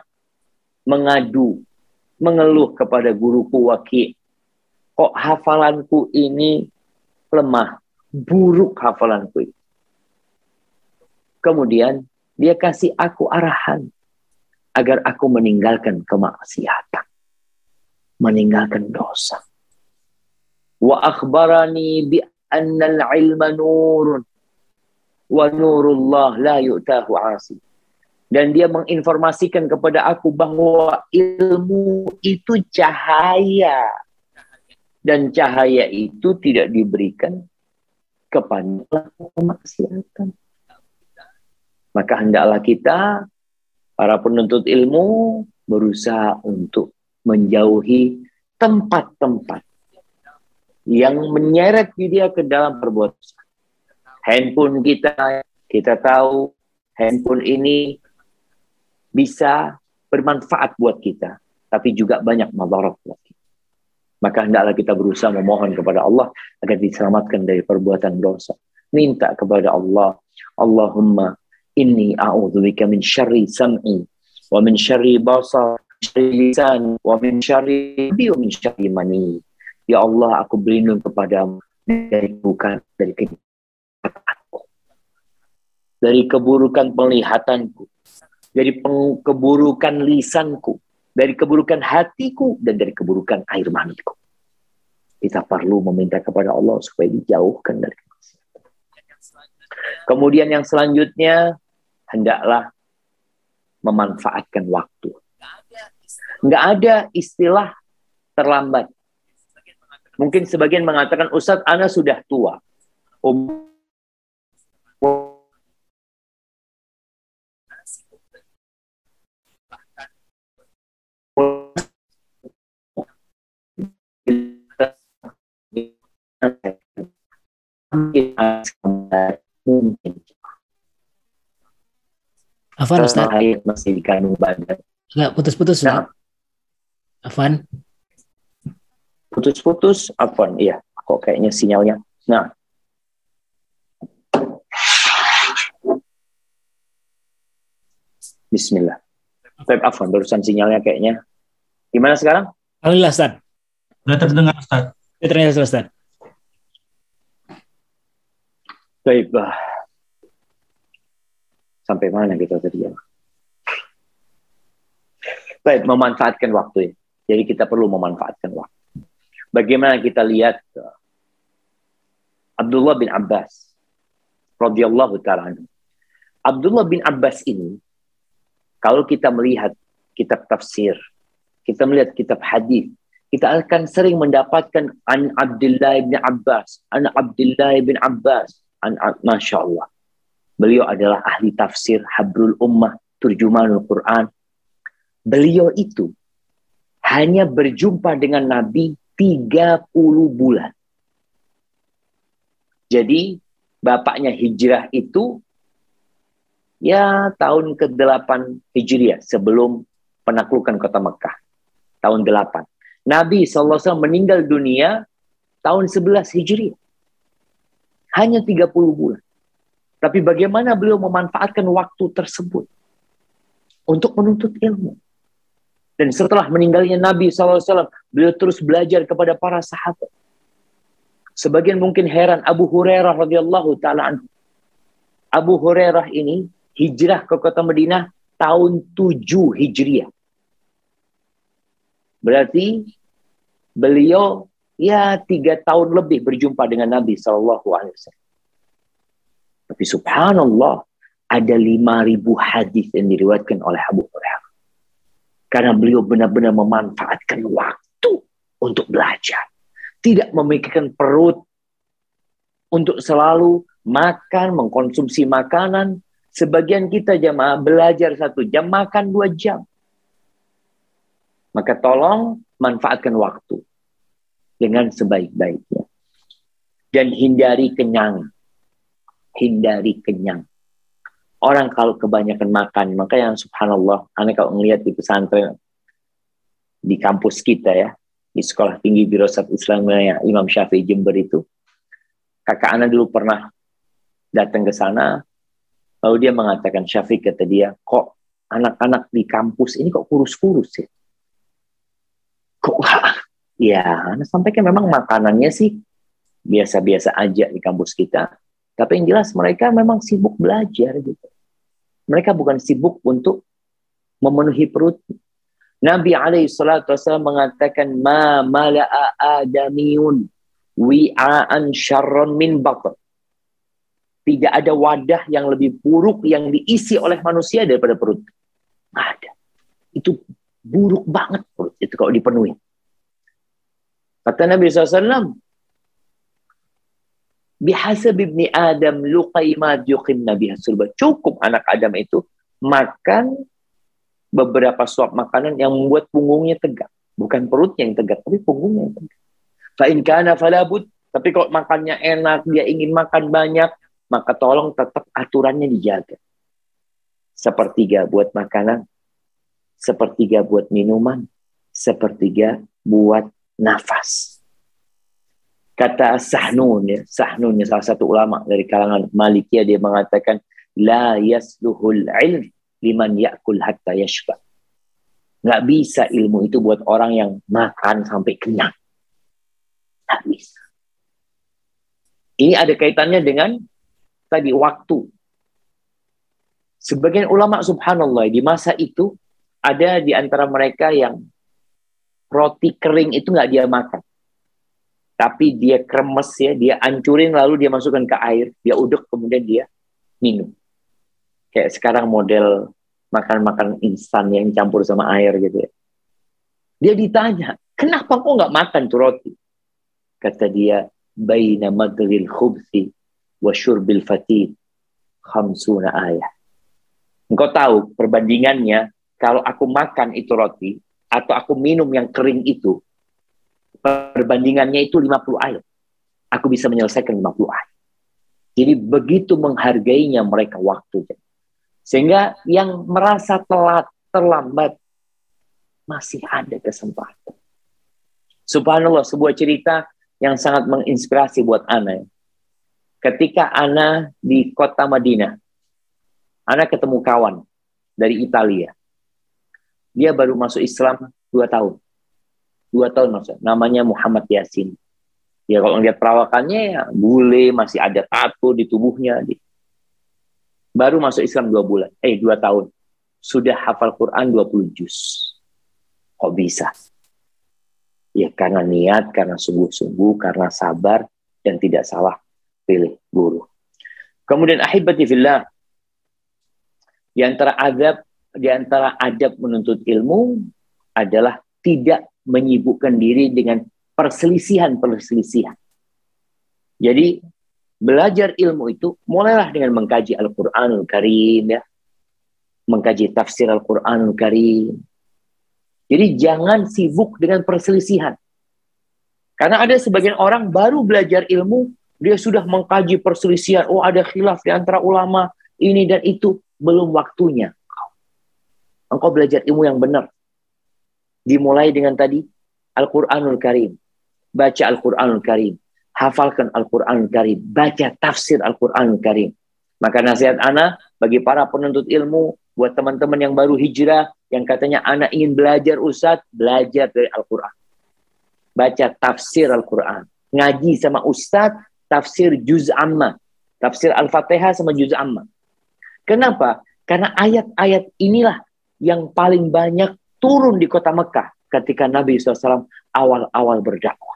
Speaker 3: mengeluh kepada guruku Waki'. Kok hafalanku ini lemah, buruk hafalanku ini. Kemudian dia kasih aku arahan agar aku meninggalkan kemaksiatan, meninggalkan dosa. Wa akhbarani bi annal ilma nurun wa nurullah la yu'tahu 'asi. Dan dia menginformasikan kepada aku bahwa ilmu itu cahaya. Dan cahaya itu tidak diberikan kepada pelaku kemaksiatan. Maka hendaklah kita, para penuntut ilmu, berusaha untuk menjauhi tempat-tempat yang menyeret dia ke dalam perbuatan. Handphone kita tahu handphone ini bisa bermanfaat buat kita, tapi juga banyak madarat buat kita. Maka hendaklah kita berusaha memohon kepada Allah agar diselamatkan dari perbuatan dosa. Minta kepada Allah, Allahumma inni a'udzubika min syarri sam'i wa min syarri basar, syarri lisan wa min syarri wa min syarri mani. Ya Allah, aku berlindung kepadamu dari keburukanku, dari keburukan penglihatanku, dari keburukan lisanku, dari keburukan hatiku, dan dari keburukan air maniku. Kita perlu meminta kepada Allah supaya dijauhkan dari kemaksiatan. Kemudian yang selanjutnya, hendaklah memanfaatkan waktu. Nggak ada istilah terlambat. Mungkin sebagian mengatakan, Ustadz, ana sudah tua. Mungkin
Speaker 2: Afwan Ustaz,
Speaker 3: masih dikandung badan.
Speaker 2: nggak putus-putus Ustaz. Afwan,
Speaker 3: Putus-putus, Afwan, iya. Kok kayaknya sinyalnya. Nah, Bismillah. Afwan, barusan sinyalnya kayaknya. Gimana sekarang?
Speaker 2: alhamdulillah Ustaz.
Speaker 1: Sudah terdengar, Ustaz.
Speaker 2: Sudah terdengar Ustaz.
Speaker 3: Baik, sampai mana kita tadi ya? Baik, memanfaatkan waktu. Jadi kita perlu memanfaatkan waktu. Bagaimana kita lihat Abdullah bin Abbas radhiyallahu ta'ala anhu. Abdullah bin Abbas ini, kalau kita melihat kitab tafsir, kita melihat kitab hadis, kita akan sering mendapatkan an Abdullah bin Abbas, an Abdullah bin Abbas, Masya Allah. Beliau adalah ahli tafsir, habrul ummah, turjumanul Quran. Beliau itu hanya berjumpa dengan Nabi 30 bulan. Jadi bapaknya hijrah itu ya tahun ke-8 Hijriah sebelum penaklukan kota Mekah. Tahun 8. Nabi SAW meninggal dunia tahun 11 Hijriah. Hanya 30 bulan. Tapi bagaimana beliau memanfaatkan waktu tersebut untuk menuntut ilmu. Dan setelah meninggalnya Nabi SAW, beliau terus belajar kepada para sahabat. Sebagian mungkin heran, Abu Hurairah radhiyallahu ta'ala anhu. Abu Hurairah ini hijrah ke kota Madinah tahun 7 Hijriah. Berarti beliau ya 3 tahun lebih berjumpa dengan Nabi SAW. Tapi subhanallah, ada 5.000 hadis yang diriwayatkan oleh Abu Hurairah. Karena beliau benar-benar memanfaatkan waktu untuk belajar. Tidak memikirkan perut untuk selalu makan, mengkonsumsi makanan. Sebagian kita jamaah belajar 1 jam, makan 2 jam. Maka tolong manfaatkan waktu dengan sebaik-baiknya. Dan hindari kenyang. Hindari kenyang. Orang kalau kebanyakan makan, maka yang subhanallah, aneh kalau ngelihat di pesantren, di kampus kita ya, di Sekolah Tinggi Dirasat Islamiyah Imam Syafi'i Jember itu, kakak anak dulu pernah datang ke sana, lalu dia mengatakan, Syafiq, kata dia, kok anak-anak di kampus ini kok kurus-kurus ya? Kok ya, Ana sampaikan memang makanannya sih biasa-biasa aja di kampus kita. Tapi yang jelas mereka memang sibuk belajar gitu. Mereka bukan sibuk untuk memenuhi perut. Nabi SAW mengatakan, ma mala'a adamiyun wi'aan syarron min batn. Tidak ada wadah yang lebih buruk yang diisi oleh manusia daripada perut. Nggak ada. Itu buruk banget perut itu kalau dipenuhi. Kata Nabi SAW, bihasab ibni Adam luqaimat yuqimna biha sulba. Cukup anak Adam itu makan beberapa suap makanan yang membuat punggungnya tegak. Bukan perutnya yang tegak, tapi punggungnya yang tegak. Fa in kana falabud. Tapi kalau makannya enak, dia ingin makan banyak, maka tolong tetap aturannya dijaga. Sepertiga buat makanan, sepertiga buat minuman, sepertiga buat nafas. Kata Sahnun, ya, Sahnun salah satu ulama dari kalangan Malikiyah, dia mengatakan, la yasluhul ilm liman ya'kul hatta yashba. Nggak bisa ilmu itu buat orang yang makan sampai kenyang. Nggak bisa. Ini ada kaitannya dengan tadi waktu. Sebagian ulama subhanallah di masa itu ada di antara mereka yang roti kering itu nggak dia makan. Tapi dia kremes ya, dia hancurin lalu dia masukkan ke air, dia udek kemudian dia minum. Kayak sekarang model makan-makan instan yang campur sama air gitu ya. Dia ditanya, kenapa kok nggak makan tuh roti? Kata dia, baina madghil khubthi wa syurbil fatid khamsuna ayat. Engkau tahu perbandingannya kalau aku makan itu roti atau aku minum yang kering itu, perbandingannya itu 50 ayat. Aku bisa menyelesaikan 50 ayat. Jadi begitu menghargainya mereka waktunya. Sehingga yang merasa telat, terlambat, masih ada kesempatan. Subhanallah, sebuah cerita yang sangat menginspirasi buat Ana. Ketika Ana di kota Madinah, Ana ketemu kawan dari Italia. Dia baru masuk Islam 2 tahun. 2 tahun maksudnya. Namanya Muhammad Yasin. Ya kalau lihat perawakannya ya bule, masih ada tato di tubuhnya. Baru masuk Islam 2 bulan. 2 tahun. Sudah hafal Quran 20 juz. Kok bisa? Ya karena niat, karena sungguh-sungguh, karena sabar, dan tidak salah pilih guru. Kemudian ahibati fillah. Di antara adab menuntut ilmu adalah tidak menyibukkan diri dengan perselisihan-perselisihan. Jadi belajar ilmu itu mulailah dengan mengkaji Al-Quranul Karim, ya, mengkaji tafsir Al-Quranul Karim. Jadi jangan sibuk dengan perselisihan. Karena ada sebagian orang baru belajar ilmu, dia sudah mengkaji perselisihan. Oh, ada khilaf di antara ulama ini dan itu. Belum waktunya. Engkau belajar ilmu yang benar. Dimulai dengan tadi Al-Quranul Karim. Baca Al-Quranul Karim. Hafalkan Al-Quranul Karim. Baca tafsir Al-Quranul Karim. Maka nasihat Ana bagi para penuntut ilmu, buat teman-teman yang baru hijrah, yang katanya Ana ingin belajar Ustadz, belajar dari Al-Quran. Baca tafsir Al-Quran. Ngaji sama Ustadz, tafsir Juz Amma. Tafsir Al-Fatihah sama Juz Amma. Kenapa? Karena ayat-ayat inilah yang paling banyak turun di kota Mekah ketika Nabi SAW awal-awal berdakwah.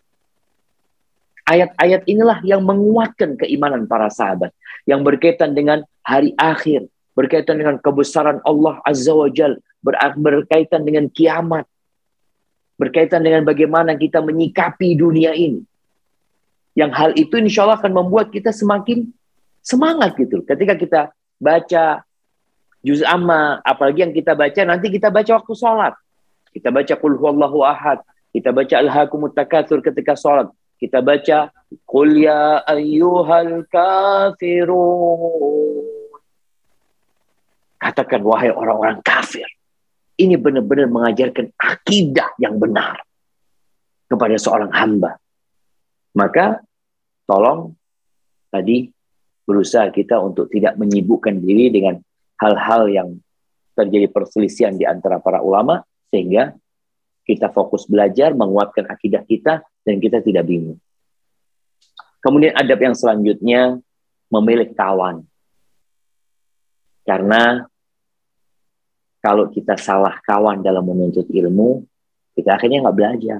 Speaker 3: Ayat-ayat inilah yang menguatkan keimanan para sahabat. Yang berkaitan dengan hari akhir. Berkaitan dengan kebesaran Allah Azza wa Jal. Berkaitan dengan kiamat. Berkaitan dengan bagaimana kita menyikapi dunia ini. Yang hal itu insya Allah akan membuat kita semakin semangat gitu. Ketika kita baca Juz Amma, apalagi yang kita baca, nanti kita baca waktu sholat. Kita baca Qul Huwallahu Ahad. Kita baca Alhaakumut Takatsur ketika sholat. Kita baca Qul Ya Ayyuhal Kafirun. Katakan, wahai orang-orang kafir. Ini benar-benar mengajarkan akidah yang benar kepada seorang hamba. Maka tolong tadi berusaha kita untuk tidak menyibukkan diri dengan hal-hal yang terjadi perselisihan di antara para ulama, sehingga kita fokus belajar, menguatkan akidah kita, dan kita tidak bingung. Kemudian adab yang selanjutnya, memilih kawan. Karena kalau kita salah kawan dalam menuntut ilmu, kita akhirnya nggak belajar.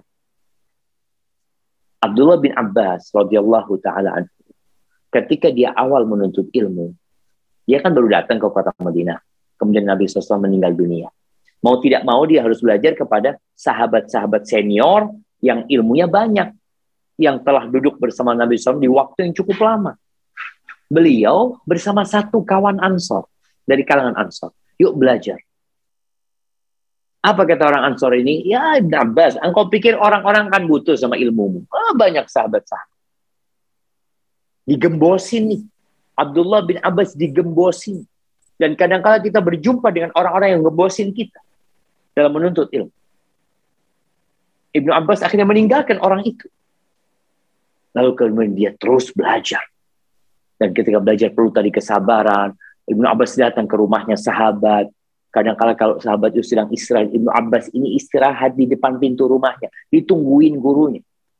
Speaker 3: Abdullah bin Abbas radhiyallahu taala anhu, ketika dia awal menuntut ilmu, dia kan baru datang ke kota Madinah. Kemudian Nabi SAW meninggal dunia. Mau tidak mau dia harus belajar kepada sahabat-sahabat senior yang ilmunya banyak, yang telah duduk bersama Nabi SAW di waktu yang cukup lama. Beliau bersama satu kawan Ansor, dari kalangan Ansor. Yuk belajar. Apa kata orang Ansor ini? Ya Ibn Abbas, engkau pikir orang-orang kan butuh sama ilmumu. Banyak sahabat-sahabat. Digembosin nih. Abdullah bin Abbas digembosin. Dan kadang-kala kita berjumpa dengan orang-orang yang ngembosin kita dalam menuntut ilmu. Ibnu Abbas akhirnya meninggalkan orang itu. Lalu kemudian dia terus belajar. Dan ketika belajar perlu tadi kesabaran. Ibnu Abbas datang ke rumahnya sahabat. Kadang-kala kalau sahabat itu sedang istirahat, Ibnu Abbas ini istirahat di depan pintu rumahnya. Ditungguin gurunya.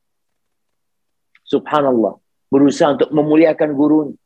Speaker 3: Subhanallah. Berusaha untuk memuliakan gurunya.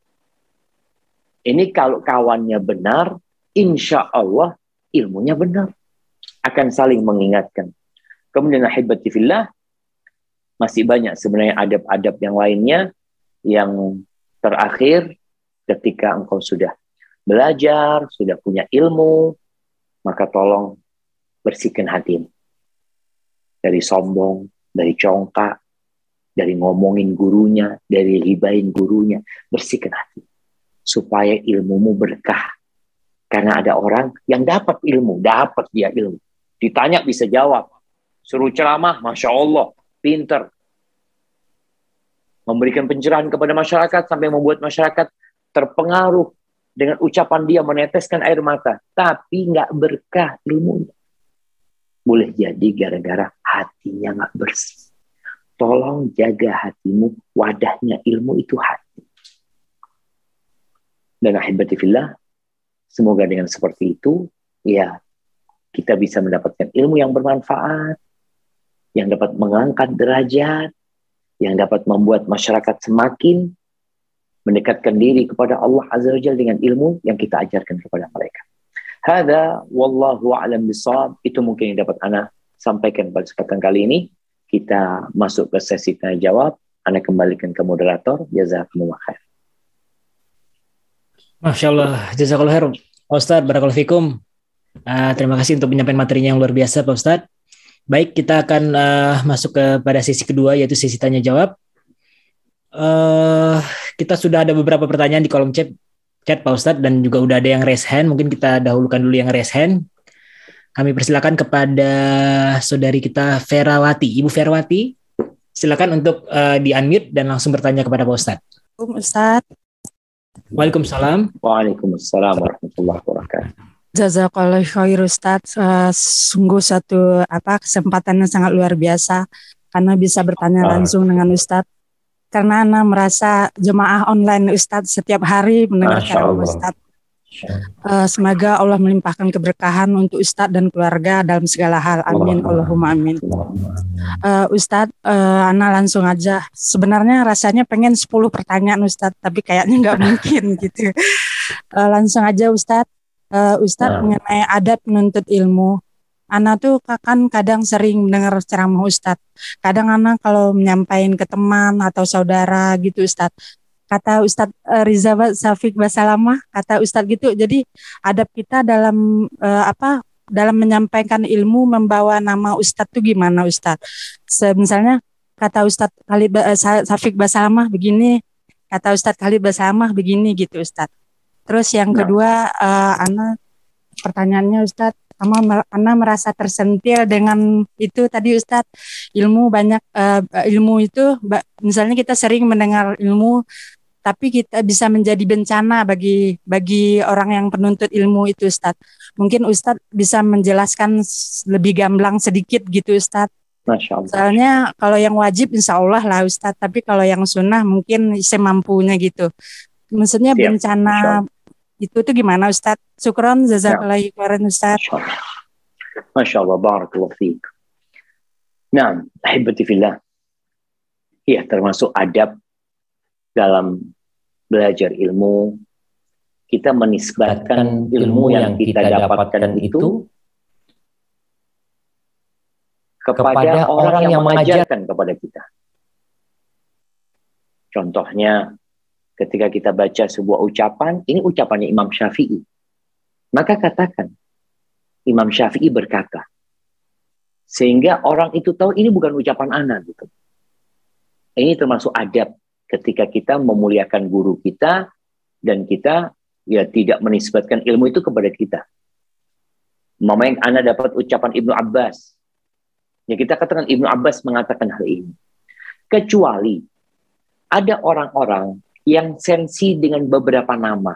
Speaker 3: Ini kalau kawannya benar, insya Allah ilmunya benar. Akan saling mengingatkan. Kemudian ahibati fillah, masih banyak sebenarnya adab-adab yang lainnya. Yang terakhir, ketika engkau sudah belajar, sudah punya ilmu, maka tolong bersihkan hatimu. Dari sombong, dari congkak, dari ngomongin gurunya, dari ribain gurunya, bersihkan hati. Supaya ilmumu berkah. Karena ada orang yang dapat ilmu, dapat dia ilmu. Ditanya bisa jawab. Suruh ceramah, Masya Allah, pinter. Memberikan pencerahan kepada masyarakat sampai membuat masyarakat terpengaruh dengan ucapan dia, meneteskan air mata. Tapi nggak berkah ilmunya. Boleh jadi gara-gara hatinya nggak bersih. Tolong jaga hatimu, wadahnya ilmu itu hati. Dan ahibati fillah, semoga dengan seperti itu, ya kita bisa mendapatkan ilmu yang bermanfaat, yang dapat mengangkat derajat, yang dapat membuat masyarakat semakin mendekatkan diri kepada Allah Azza wa Jalla dengan ilmu yang kita ajarkan kepada mereka. Hadza wallahu a'lam bishawab. Itu mungkin yang dapat ana sampaikan pada kesempatan kali ini. Kita masuk ke sesi tanya jawab. Ana kembalikan ke moderator. Jazakumullah khair.
Speaker 2: Masya Allah, jazakallahu khair. Pak Ustadz, barakallahu fikum. Terima kasih untuk penyampaian materinya yang luar biasa, Pak Ustadz. Baik, kita akan masuk kepada sesi kedua, yaitu sesi tanya jawab. Kita sudah ada beberapa pertanyaan di kolom chat Pak Ustadz, dan juga udah ada yang raise hand. Mungkin kita dahulukan dulu yang raise hand. Kami persilakan kepada saudari kita Ferawati. Ibu Ferawati, silakan untuk di-unmute dan langsung bertanya kepada Pak Ustadz.
Speaker 4: Ustadz.
Speaker 2: Waalaikumsalam.
Speaker 3: Waalaikumsalam warahmatullahi wabarakatuh.
Speaker 4: Jazakallahu khair Ustadz. Sungguh satu kesempatan yang sangat luar biasa karena bisa bertanya langsung dengan Ustadz. Karena Ana merasa jemaah online Ustadz setiap hari mendengar ceramah Ustadz. Semoga Allah melimpahkan keberkahan untuk Ustadz dan keluarga dalam segala hal. Amin. Allahumma amin. Ustadz, Ana langsung aja. Sebenarnya rasanya pengen 10 pertanyaan Ustadz, tapi kayaknya nggak mungkin gitu. Langsung aja Ustadz. Ustadz mengenai adab menuntut ilmu. Ana tuh kan kadang sering mendengar ceramah Ustadz. Kadang Ana kalau menyampaikan ke teman atau saudara gitu Ustadz. Kata Ustadz Riza Syafiq Basalamah, kata Ustadz gitu. Jadi adab kita dalam dalam menyampaikan ilmu membawa nama Ustadz tuh gimana Ustadz? Misalnya kata Ustadz Khalid Syafiq Basalamah begini, kata Ustadz Khalid Basalamah begini gitu Ustadz. Terus yang kedua, Ana pertanyaannya Ustadz, Ana merasa tersentil dengan itu tadi Ustadz, ilmu banyak, ilmu itu misalnya kita sering mendengar ilmu, tapi kita bisa menjadi bencana bagi orang yang penuntut ilmu itu Ustadz. Mungkin Ustadz bisa menjelaskan lebih gamblang sedikit gitu Ustadz.
Speaker 3: Masya Allah.
Speaker 4: Soalnya kalau yang wajib insya Allah lah Ustadz, tapi kalau yang sunnah mungkin semampunya gitu. Maksudnya
Speaker 3: Siap.
Speaker 4: bencana itu tuh gimana Ustadz? Syukron, jazakallahu khairan Ustadz.
Speaker 3: Masya Allah, barakallahu fiik. Nah, ahibati fillah. Ya, termasuk adab dalam belajar ilmu. Kita menisbatkan ilmu yang kita dapatkan itu kepada orang yang mengajarkan kepada kita. Contohnya, ketika kita baca sebuah ucapan, ini ucapannya Imam Syafi'i. Maka katakan, Imam Syafi'i berkata, sehingga orang itu tahu ini bukan ucapan ana gitu. Ini termasuk adab ketika kita memuliakan guru kita dan kita ya tidak menisbatkan ilmu itu kepada kita. Mama yang ana dapat ucapan Ibnu Abbas, ya kita katakan Ibnu Abbas mengatakan hal ini. Kecuali ada orang-orang yang sensi dengan beberapa nama,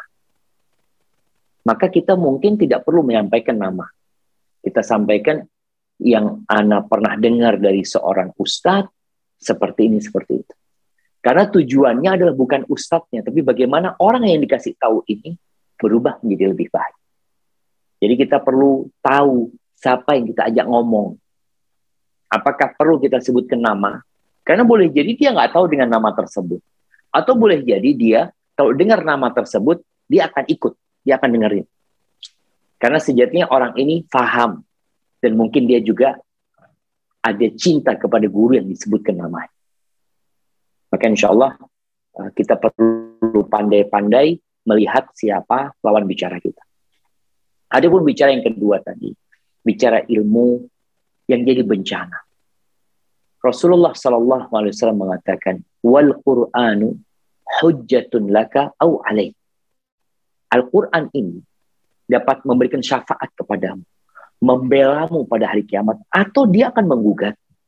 Speaker 3: maka kita mungkin tidak perlu menyampaikan nama. Kita sampaikan yang ana pernah dengar dari seorang ustadz seperti ini, seperti itu. Karena tujuannya adalah bukan ustadznya, tapi bagaimana orang yang dikasih tahu ini berubah menjadi lebih baik. Jadi kita perlu tahu siapa yang kita ajak ngomong. Apakah perlu kita sebutkan nama? Karena boleh jadi dia nggak tahu dengan nama tersebut. Atau boleh jadi dia kalau dengar nama tersebut, dia akan ikut, dia akan dengerin. Karena sejatinya orang ini paham. Dan mungkin dia juga ada cinta kepada guru yang disebutkan namanya. Maka insya Allah kita perlu pandai-pandai melihat siapa lawan bicara kita. Ada pun bicara yang kedua tadi, bicara ilmu yang jadi bencana. Rasulullah SAW mengatakan, wal Qur'anu hujjatun laka au alaik. Al-Quran ini dapat memberikan syafaat kepadamu, membelamu pada hari kiamat, atau dia akan menggugat.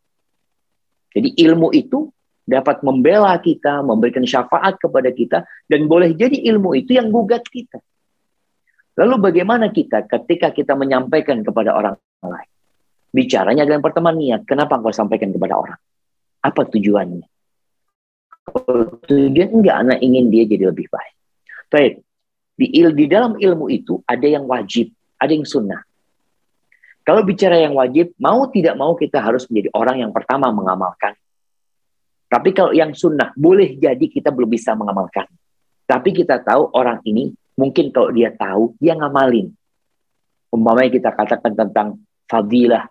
Speaker 3: Jadi ilmu itu dapat membela kita, memberikan syafaat kepada kita, dan boleh jadi ilmu itu yang gugat kita. Lalu bagaimana kita ketika kita menyampaikan kepada orang lain? Bicaranya adalah yang pertama niat. Kenapa engkau sampaikan kepada orang? Apa tujuannya? Tujuan enggak, anak ingin dia jadi lebih baik. Baik. Di dalam ilmu itu ada yang wajib, ada yang sunnah. Kalau bicara yang wajib, mau tidak mau kita harus menjadi orang yang pertama mengamalkan. Tapi kalau yang sunnah, boleh jadi kita belum bisa mengamalkan. Tapi kita tahu orang ini, mungkin kalau dia tahu, dia ngamalin. Umpamanya kita katakan tentang fadilah,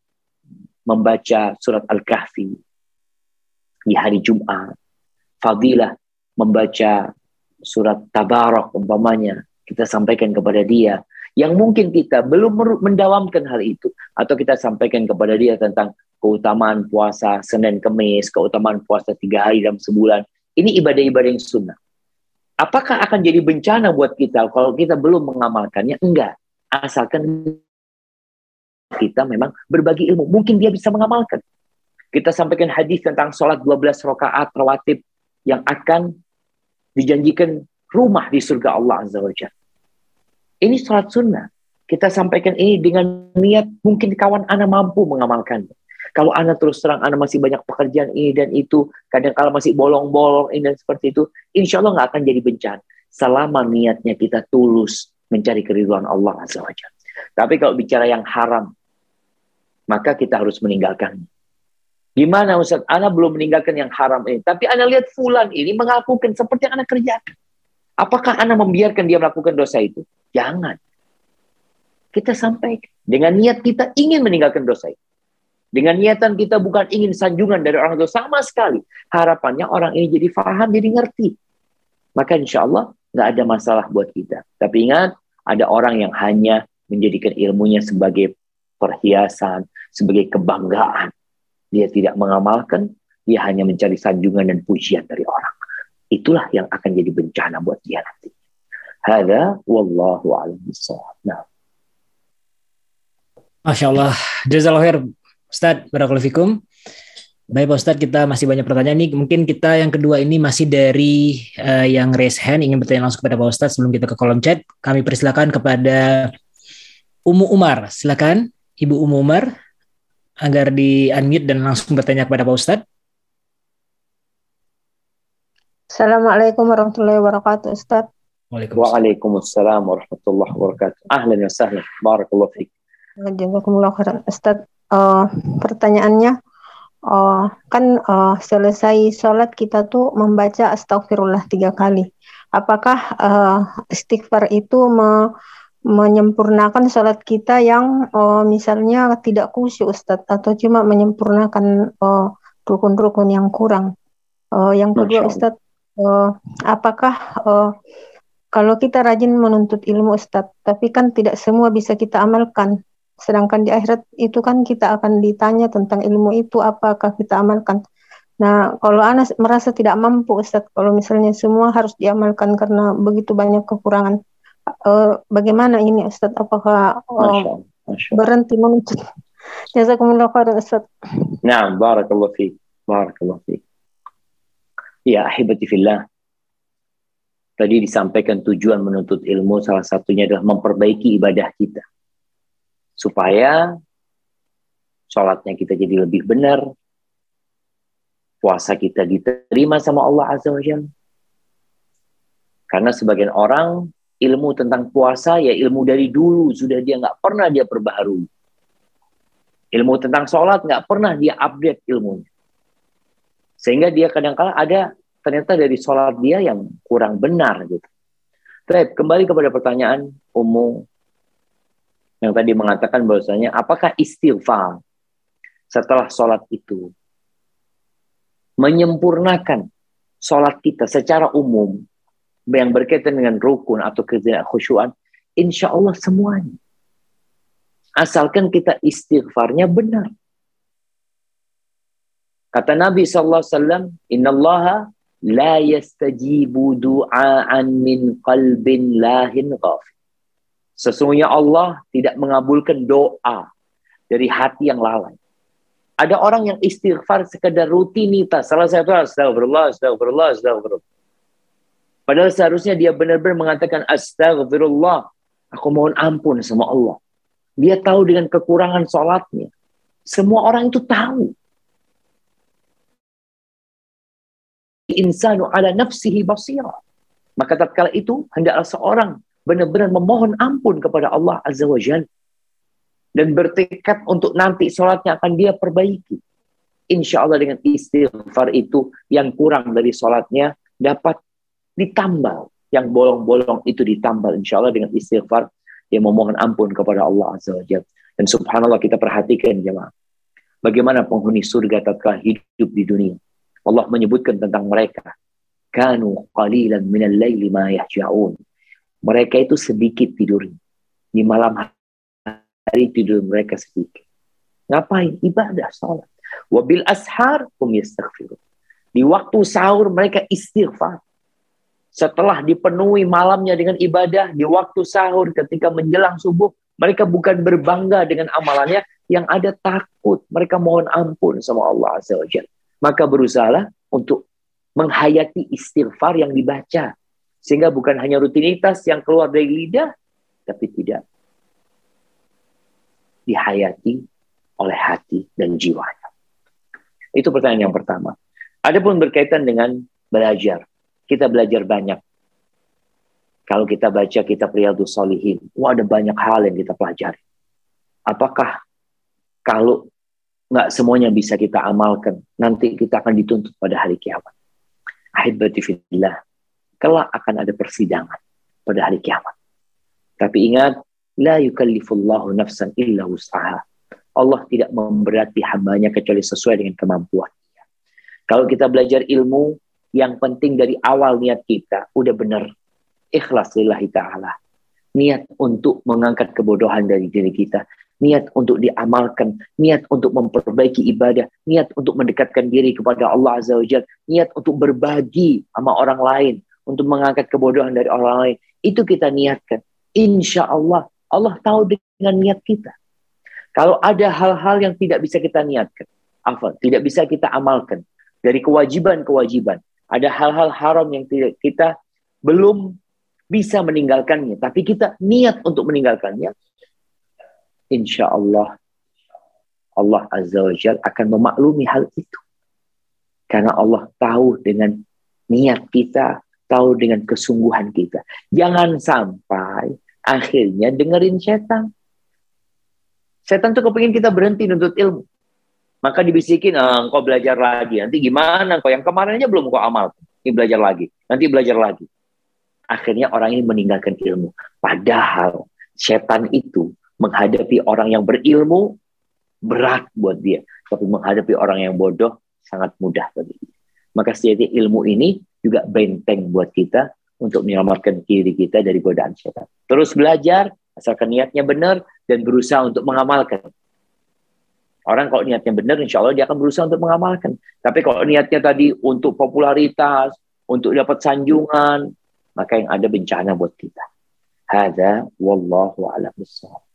Speaker 3: membaca surat Al-Kahfi di hari Jumat. Fadilah, membaca surat Tabarak, umpamanya. Kita sampaikan kepada dia. Yang mungkin kita belum mendawamkan hal itu. Atau kita sampaikan kepada dia tentang keutamaan puasa Senin Kemis, keutamaan puasa 3 hari dalam sebulan. Ini ibadah-ibadah yang sunnah. Apakah akan jadi bencana buat kita kalau kita belum mengamalkannya? Enggak. Asalkan kita memang berbagi ilmu. Mungkin dia bisa mengamalkan. Kita sampaikan hadis tentang sholat 12 rakaat rawatib yang akan dijanjikan rumah di surga Allah Azza wa Jalla. Ini sholat sunnah. Kita sampaikan ini dengan niat mungkin kawan Anda mampu mengamalkannya. Kalau Anda terus terang Anda masih banyak pekerjaan ini dan itu, kadang-kala masih bolong-bolong ini dan seperti itu, insya Allah nggak akan jadi bencana. Selama niatnya kita tulus mencari keridhaan Allah Azza wa Jalla. Tapi kalau bicara yang haram, maka kita harus meninggalkannya. Gimana Ustaz? Anda belum meninggalkan yang haram ini. Tapi Anda lihat fulan ini melakukan seperti yang Anda kerjakan. Apakah Anda membiarkan dia melakukan dosa itu? Jangan. Kita sampaikan. Dengan niat kita ingin meninggalkan dosa itu. Dengan niatan kita bukan ingin sanjungan dari orang itu sama sekali. Harapannya orang ini jadi faham, jadi ngerti. Maka insya Allah nggak ada masalah buat kita. Tapi ingat, ada orang yang hanya menjadikan ilmunya sebagai perhiasan, sebagai kebanggaan. Dia tidak mengamalkan, dia hanya mencari sanjungan dan pujian dari orang. Itulah yang akan jadi bencana buat dia nanti. Hada wallahu a'lam bishawab. Nah.
Speaker 2: Masya Allah. Jazakallahu khair, Ustadz. Barakallahu fikum. Baik Pak Ustadz, kita masih banyak pertanyaan nih. Mungkin kita yang kedua ini masih dari yang raise hand, ingin bertanya langsung kepada Pak Ustadz sebelum kita ke kolom chat. Kami persilakan kepada Umu Umar. Silakan Ibu Umu Umar agar di unmute dan langsung bertanya kepada Pak Ustadz.
Speaker 5: Assalamualaikum warahmatullahi wabarakatuh, Ustaz.
Speaker 2: Waalaikumsalam.
Speaker 3: Waalaikumsalam warahmatullahi wabarakatuh. Ahlan wa sahlan. Barakallahu fiik.
Speaker 5: Jazakumullah khairan, Ustaz. Pertanyaannya, selesai sholat kita tuh membaca astagfirullah 3 kali. Apakah istighfar itu menyempurnakan sholat kita yang misalnya tidak khusyuk, Ustaz, atau cuma menyempurnakan rukun-rukun yang kurang? Yang kedua, Ustaz, apakah kalau kita rajin menuntut ilmu, Ustaz, tapi kan tidak semua bisa kita amalkan. Sedangkan di akhirat itu kan kita akan ditanya tentang ilmu itu, apakah kita amalkan. Nah, kalau Anas merasa tidak mampu, Ustaz, kalau misalnya semua harus diamalkan karena begitu banyak kekurangan. Bagaimana ini, Ustaz? Apakah berhenti menuntut? Jazakumullah khairan, Ustaz.
Speaker 3: Naam, barakallahu fiik. Barakallahu fiik. Ya, ahibati fillah. Tadi disampaikan tujuan menuntut ilmu salah satunya adalah memperbaiki ibadah kita. Supaya sholatnya kita jadi lebih benar, puasa kita diterima sama Allah Azza wa Jalla. Karena sebagian orang ilmu tentang puasa ya ilmu dari dulu sudah dia nggak pernah dia perbaharui. Ilmu tentang sholat nggak pernah dia update ilmunya. Sehingga dia kadang-kala ada ternyata dari sholat dia yang kurang benar gitu. Baik, kembali kepada pertanyaan umum yang tadi mengatakan bahwasanya apakah istighfar setelah sholat itu menyempurnakan sholat kita secara umum yang berkaitan dengan rukun atau kekhusyuan? Insya Allah semuanya. Asalkan kita istighfarnya benar. Kata Nabi SAW, Innallaha la yastajibu du'aan min qalbin lahin ghafil. Sesungguhnya Allah tidak mengabulkan doa dari hati yang lalai. Ada orang yang istighfar sekedar rutinitas. Salah satu astagfirullah, astagfirullah, astagfirullah. Padahal seharusnya dia benar-benar mengatakan astagfirullah. Aku mohon ampun sama Allah. Dia tahu dengan kekurangan sholatnya. Semua orang itu tahu. Insanu ala nafsihi basira. Maka tatkala itu hendaklah seorang benar-benar memohon ampun kepada Allah Azza wa Jalla dan bertekad untuk nanti sholatnya akan dia perbaiki. Insya Allah dengan istighfar itu yang kurang dari sholatnya dapat ditambal, yang bolong-bolong itu ditambal. Insya Allah dengan istighfar dia memohon ampun kepada Allah Azza wa Jalla. Dan subhanallah kita perhatikan jemaah, bagaimana penghuni surga tatkala hidup di dunia. Allah menyebutkan tentang mereka, kanu qalilan minal laili ma yahja'un. Mereka itu sedikit tidurnya. Di malam hari tidur mereka sedikit. Ngapain? Ibadah, salat. Wabil ashar hum yastaghfirun. Di waktu sahur mereka istighfar. Setelah dipenuhi malamnya dengan ibadah, di waktu sahur ketika menjelang subuh, mereka bukan berbangga dengan amalannya, yang ada takut. Mereka mohon ampun sama Allah Azza wa Jalla. Maka berusahalah untuk menghayati istighfar yang dibaca. Sehingga bukan hanya rutinitas yang keluar dari lidah, tapi tidak dihayati oleh hati dan jiwanya. Itu pertanyaan yang pertama. Adapun berkaitan dengan belajar. Kita belajar banyak. Kalau kita baca kitab Riyadhus Shalihin, ada banyak hal yang kita pelajari. Apakah kalau nggak semuanya bisa kita amalkan, nanti kita akan dituntut pada hari kiamat? Ahibati fillah, kelak akan ada persidangan pada hari kiamat. Tapi ingat, la yukallifullahu nafsan illa wus'aha. Allah tidak memberati hambanya kecuali sesuai dengan kemampuannya. Kalau kita belajar ilmu, yang penting dari awal niat kita udah benar, ikhlas lillahi ta'ala. Niat untuk mengangkat kebodohan dari diri kita, niat untuk diamalkan, niat untuk memperbaiki ibadah, niat untuk mendekatkan diri kepada Allah Azza wa Jalla, niat untuk berbagi sama orang lain, untuk mengangkat kebodohan dari orang lain. Itu kita niatkan. Insya Allah, Allah tahu dengan niat kita. Kalau ada hal-hal yang tidak bisa kita niatkan, tidak bisa kita amalkan, dari kewajiban-kewajiban, ada hal-hal haram yang tidak kita belum bisa meninggalkannya, tapi kita niat untuk meninggalkannya, insya Allah, Allah Azza wa Jalla akan memaklumi hal itu. Karena Allah tahu dengan niat kita, tahu dengan kesungguhan kita. Jangan sampai akhirnya dengerin setan. Setan tuh kepingin kita berhenti nuntut ilmu. Maka dibisikin, engkau belajar lagi. Nanti gimana? Engkau yang kemarin aja belum kau amal. Ini belajar lagi. Nanti belajar lagi. Akhirnya orang ini meninggalkan ilmu. Padahal setan itu menghadapi orang yang berilmu berat buat dia. Tapi menghadapi orang yang bodoh sangat mudah bagi dia. Maka sejati ilmu ini juga benteng buat kita untuk menyelamatkan diri kita dari godaan setan. Terus belajar, asalkan niatnya benar dan berusaha untuk mengamalkan. Orang kalau niatnya benar, insya Allah dia akan berusaha untuk mengamalkan. Tapi kalau niatnya tadi untuk popularitas, untuk dapat sanjungan, maka yang ada bencana buat kita. Hadza wallahu a'lam bissawab.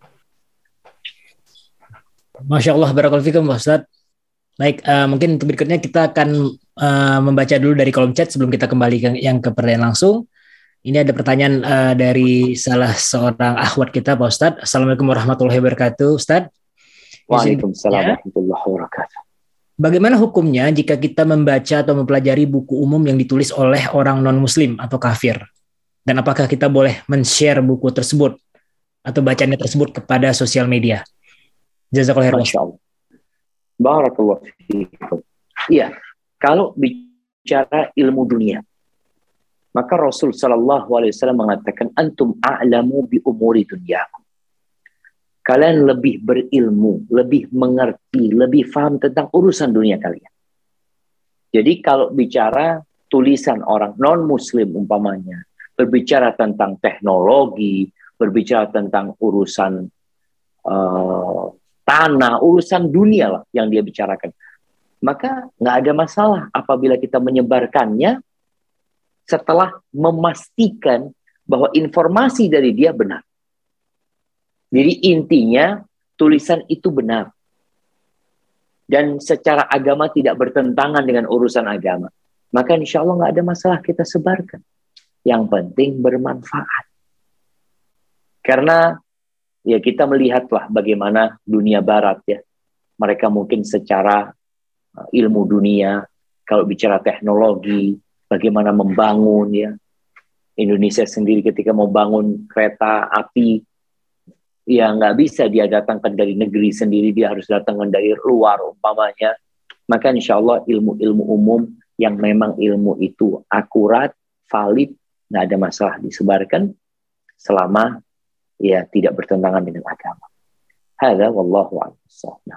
Speaker 2: Masya Allah, barakallahu fikum Ustaz. Baik, mungkin untuk berikutnya kita akan membaca dulu dari kolom chat sebelum kita kembali ke pertanyaan langsung. Ini ada pertanyaan dari salah seorang akhwat kita, Pak Ustadz. Assalamualaikum warahmatullahi wabarakatuh, Ustadz.
Speaker 3: Waalaikumsalam warahmatullahi wabarakatuh.
Speaker 2: Bagaimana hukumnya jika kita membaca atau mempelajari buku umum yang ditulis oleh orang non-muslim atau kafir? Dan apakah kita boleh men-share buku tersebut atau bacaannya tersebut kepada sosial media? Jazakallahu khairan.
Speaker 3: Masya Allah. Barakallahu fiikum. Iya, kalau bicara ilmu dunia, maka Rasul Shallallahu Alaihi Wasallam mengatakan, antum a'lamu bi umuri dunyakum. Kalian lebih berilmu, lebih mengerti, lebih paham tentang urusan dunia kalian. Jadi kalau bicara tulisan orang non-muslim umpamanya, berbicara tentang teknologi, berbicara tentang urusan tanah, urusan dunia lah yang dia bicarakan. Maka nggak ada masalah apabila kita menyebarkannya setelah memastikan bahwa informasi dari dia benar. Jadi intinya tulisan itu benar. Dan secara agama tidak bertentangan dengan urusan agama. Maka insya Allah nggak ada masalah kita sebarkan. Yang penting bermanfaat. Karena ya kita melihatlah bagaimana dunia barat ya. Mereka mungkin secara ilmu dunia, kalau bicara teknologi, bagaimana membangun ya. Indonesia sendiri ketika mau bangun kereta api, ya nggak bisa dia datangkan dari negeri sendiri, dia harus datangkan dari luar umpamanya. Maka insya Allah ilmu-ilmu umum yang memang ilmu itu akurat, valid, nggak ada masalah disebarkan selama ya tidak bertentangan dengan agama. Hadza wallahu a'lam.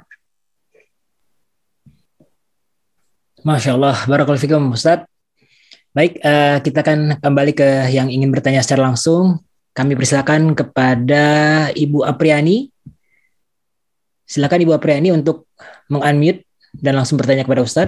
Speaker 2: Masya Allah, barakallahu fikum Ustaz. Baik, kita akan kembali ke yang ingin bertanya secara langsung. Kami persilakan kepada Ibu Apriani. Silakan Ibu Apriani untuk meng-unmute dan langsung bertanya kepada Ustaz.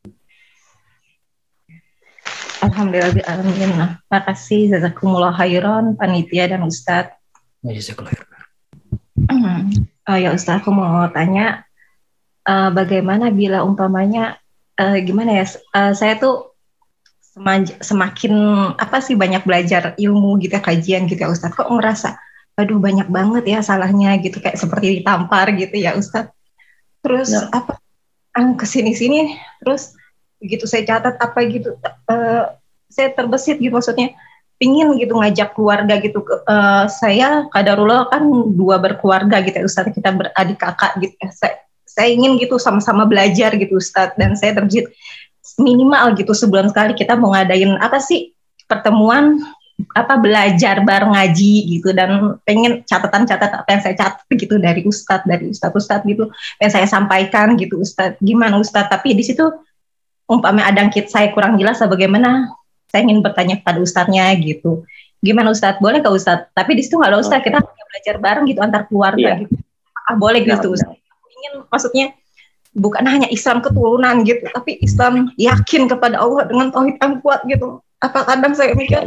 Speaker 6: Alhamdulillah. Terima kasih. Jazakumullah khairan, panitia dan Ustaz.
Speaker 2: Jazakumullah khairan.
Speaker 6: Ya Ustaz, aku mau tanya, bagaimana bila umpamanya, gimana ya, saya tuh semakin banyak belajar ilmu gitu ya, kajian gitu ya Ustadz, kok ngerasa aduh banyak banget ya salahnya gitu, kayak seperti ditampar gitu ya Ustadz. Terus kesini-sini terus begitu saya catat gitu, saya terbesit gitu, maksudnya pingin gitu ngajak keluarga gitu. Saya qadarullah kan 2 berkeluarga gitu ya Ustadz, kita beradik kakak gitu ya. Saya ingin gitu sama-sama belajar gitu Ustadz, dan saya terbesit minimal gitu sebulan sekali kita mau ngadain pertemuan belajar bareng ngaji gitu, dan pengen catatan-catatan apa yang saya catat gitu dari Ustadz gitu, yang saya sampaikan gitu Ustadz. Gimana Ustadz? Tapi di situ umpamanya ada yang saya kurang jelas bagaimana, saya ingin bertanya kepada Ustadznya gitu. Gimana Ustadz? Boleh nggak Ustadz? Tapi di situ nggak ada Ustadz, kita belajar bareng gitu antar keluarga gitu. Boleh gitu Ustadz? Ingin maksudnya bukan hanya Islam keturunan gitu, tapi Islam yakin kepada Allah dengan tauhid yang kuat gitu. Kadang saya mikir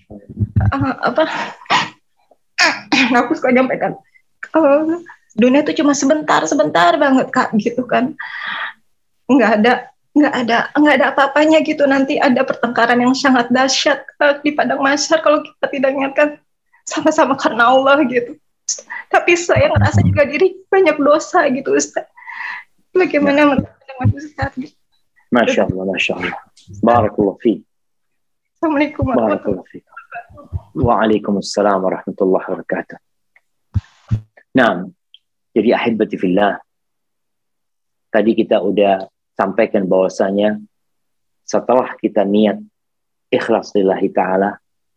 Speaker 6: aku suka nyampaikan dunia itu cuma sebentar banget Kak gitu kan, nggak ada apa-apanya gitu, nanti ada pertengkaran yang sangat dahsyat di padang mahsyar kalau kita tidak ingatkan sama-sama karena Allah gitu. Tapi saya ngerasa juga diri banyak dosa gitu Ustaz. Bagaimana menurut Ustaz?
Speaker 3: Masya Allah. Barakallahu fiik.
Speaker 6: Assalamualaikum warahmatullahi
Speaker 3: Barakallahu fiik. Waalaikumsalam warahmatullahi wabarakatuh. Nah, jadi ahibati fillah, tadi kita udah sampaikan bahwasanya setelah kita niat ikhlas lillahi ta'ala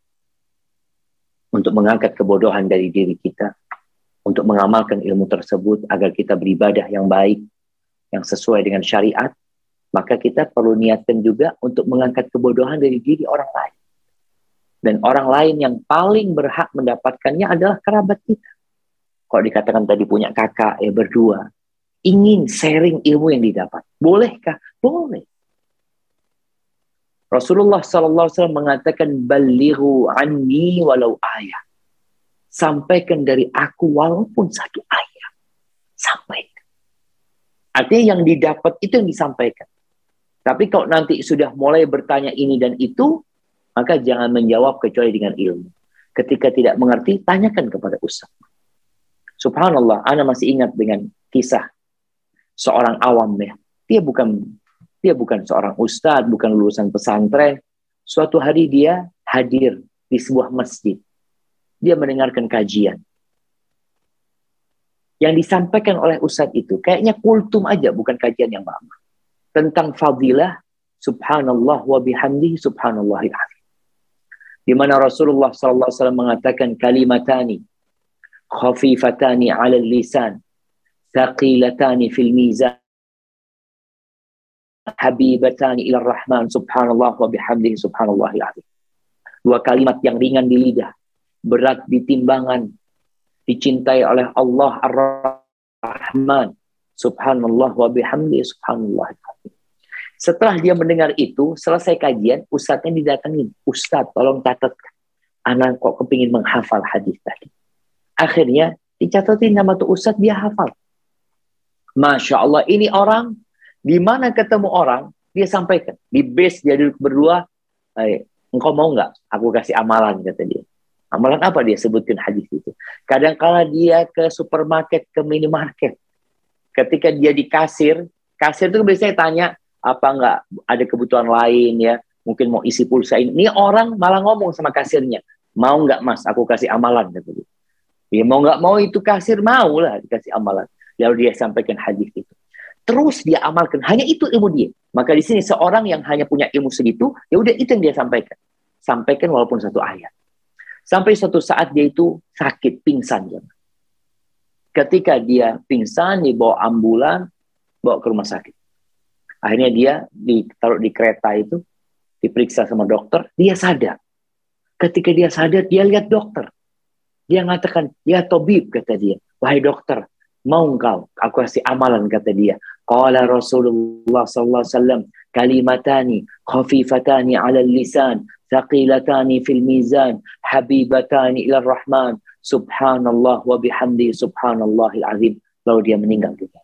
Speaker 3: untuk mengangkat kebodohan dari diri kita, untuk mengamalkan ilmu tersebut agar kita beribadah yang baik, yang sesuai dengan syariat, maka kita perlu niatkan juga untuk mengangkat kebodohan dari diri orang lain. Dan orang lain yang paling berhak mendapatkannya adalah kerabat kita. Kalau dikatakan tadi punya kakak ya berdua, ingin sharing ilmu yang didapat. Bolehkah? Boleh. Rasulullah SAW mengatakan, balighu anni walau ayat. Sampaikan dari aku walaupun satu ayat. Sampaikan. Artinya yang didapat itu yang disampaikan. Tapi kalau nanti sudah mulai bertanya ini dan itu, maka jangan menjawab kecuali dengan ilmu. Ketika tidak mengerti, tanyakan kepada ustaz. Subhanallah, ana masih ingat dengan kisah seorang awam ya. Dia bukan seorang ustadz, bukan lulusan pesantren. Suatu hari dia hadir di sebuah masjid. Dia mendengarkan kajian. Yang disampaikan oleh ustadz itu kayaknya kultum aja, bukan kajian yang lama. Tentang fadilah subhanallah wa bihamdihi subhanallahil azim. Di mana Rasulullah SAW mengatakan kalimatani khafifatani 'ala lisan thaqilatani fil mizan habibatani ila rahman subhanallah wa bihamdihi subhanallahil azim. Dua kalimat yang ringan di lidah, berat di timbangan, dicintai oleh Allah Ar-Rahman subhanallah wa bihamdihi subhanallahil azim. Setelah dia mendengar itu, selesai kajian, ustadznya didatangin. Ustadz, tolong catatkan. Anak kok kepingin menghafal hadis tadi. Akhirnya dicatatin nama tuh ustadz, dia hafal. Masya Allah, ini orang di mana ketemu orang, dia sampaikan. Di base dia duduk berdua, engkau mau nggak? Aku kasih amalan, kata dia. Amalan apa dia sebutkan hadis itu? Kadang-kala dia ke supermarket, ke minimarket. Ketika dia di kasir itu biasanya tanya, apa nggak ada kebutuhan lain ya? Mungkin mau isi pulsa ini. Ini orang malah ngomong sama kasirnya, mau nggak mas? Aku kasih amalan, kata dia. Ya mau nggak mau itu kasir mau lah dikasih amalan. Lalu dia sampaikan hadis itu. Terus dia amalkan. Hanya itu ilmu dia. Maka di sini seorang yang hanya punya ilmu segitu, ya udah itu yang dia sampaikan. Sampaikan walaupun satu ayat. Sampai suatu saat dia itu sakit, pingsan. Ketika dia pingsan, dibawa ambulan, bawa ke rumah sakit. Akhirnya dia ditaruh di kereta itu, diperiksa sama dokter, dia sadar. Ketika dia sadar, dia lihat dokter. Dia mengatakan, ya tabib, kata dia. Wahai dokter, mau engkau? Aku kasih amalan, kata dia. Qala Rasulullah SAW, kalimatani khafifatani ala lisan, thaqilatani fil mizan, habibatani ila rahman, subhanallah wa bihamdi subhanallahil azim. Lalu dia meninggal dunia.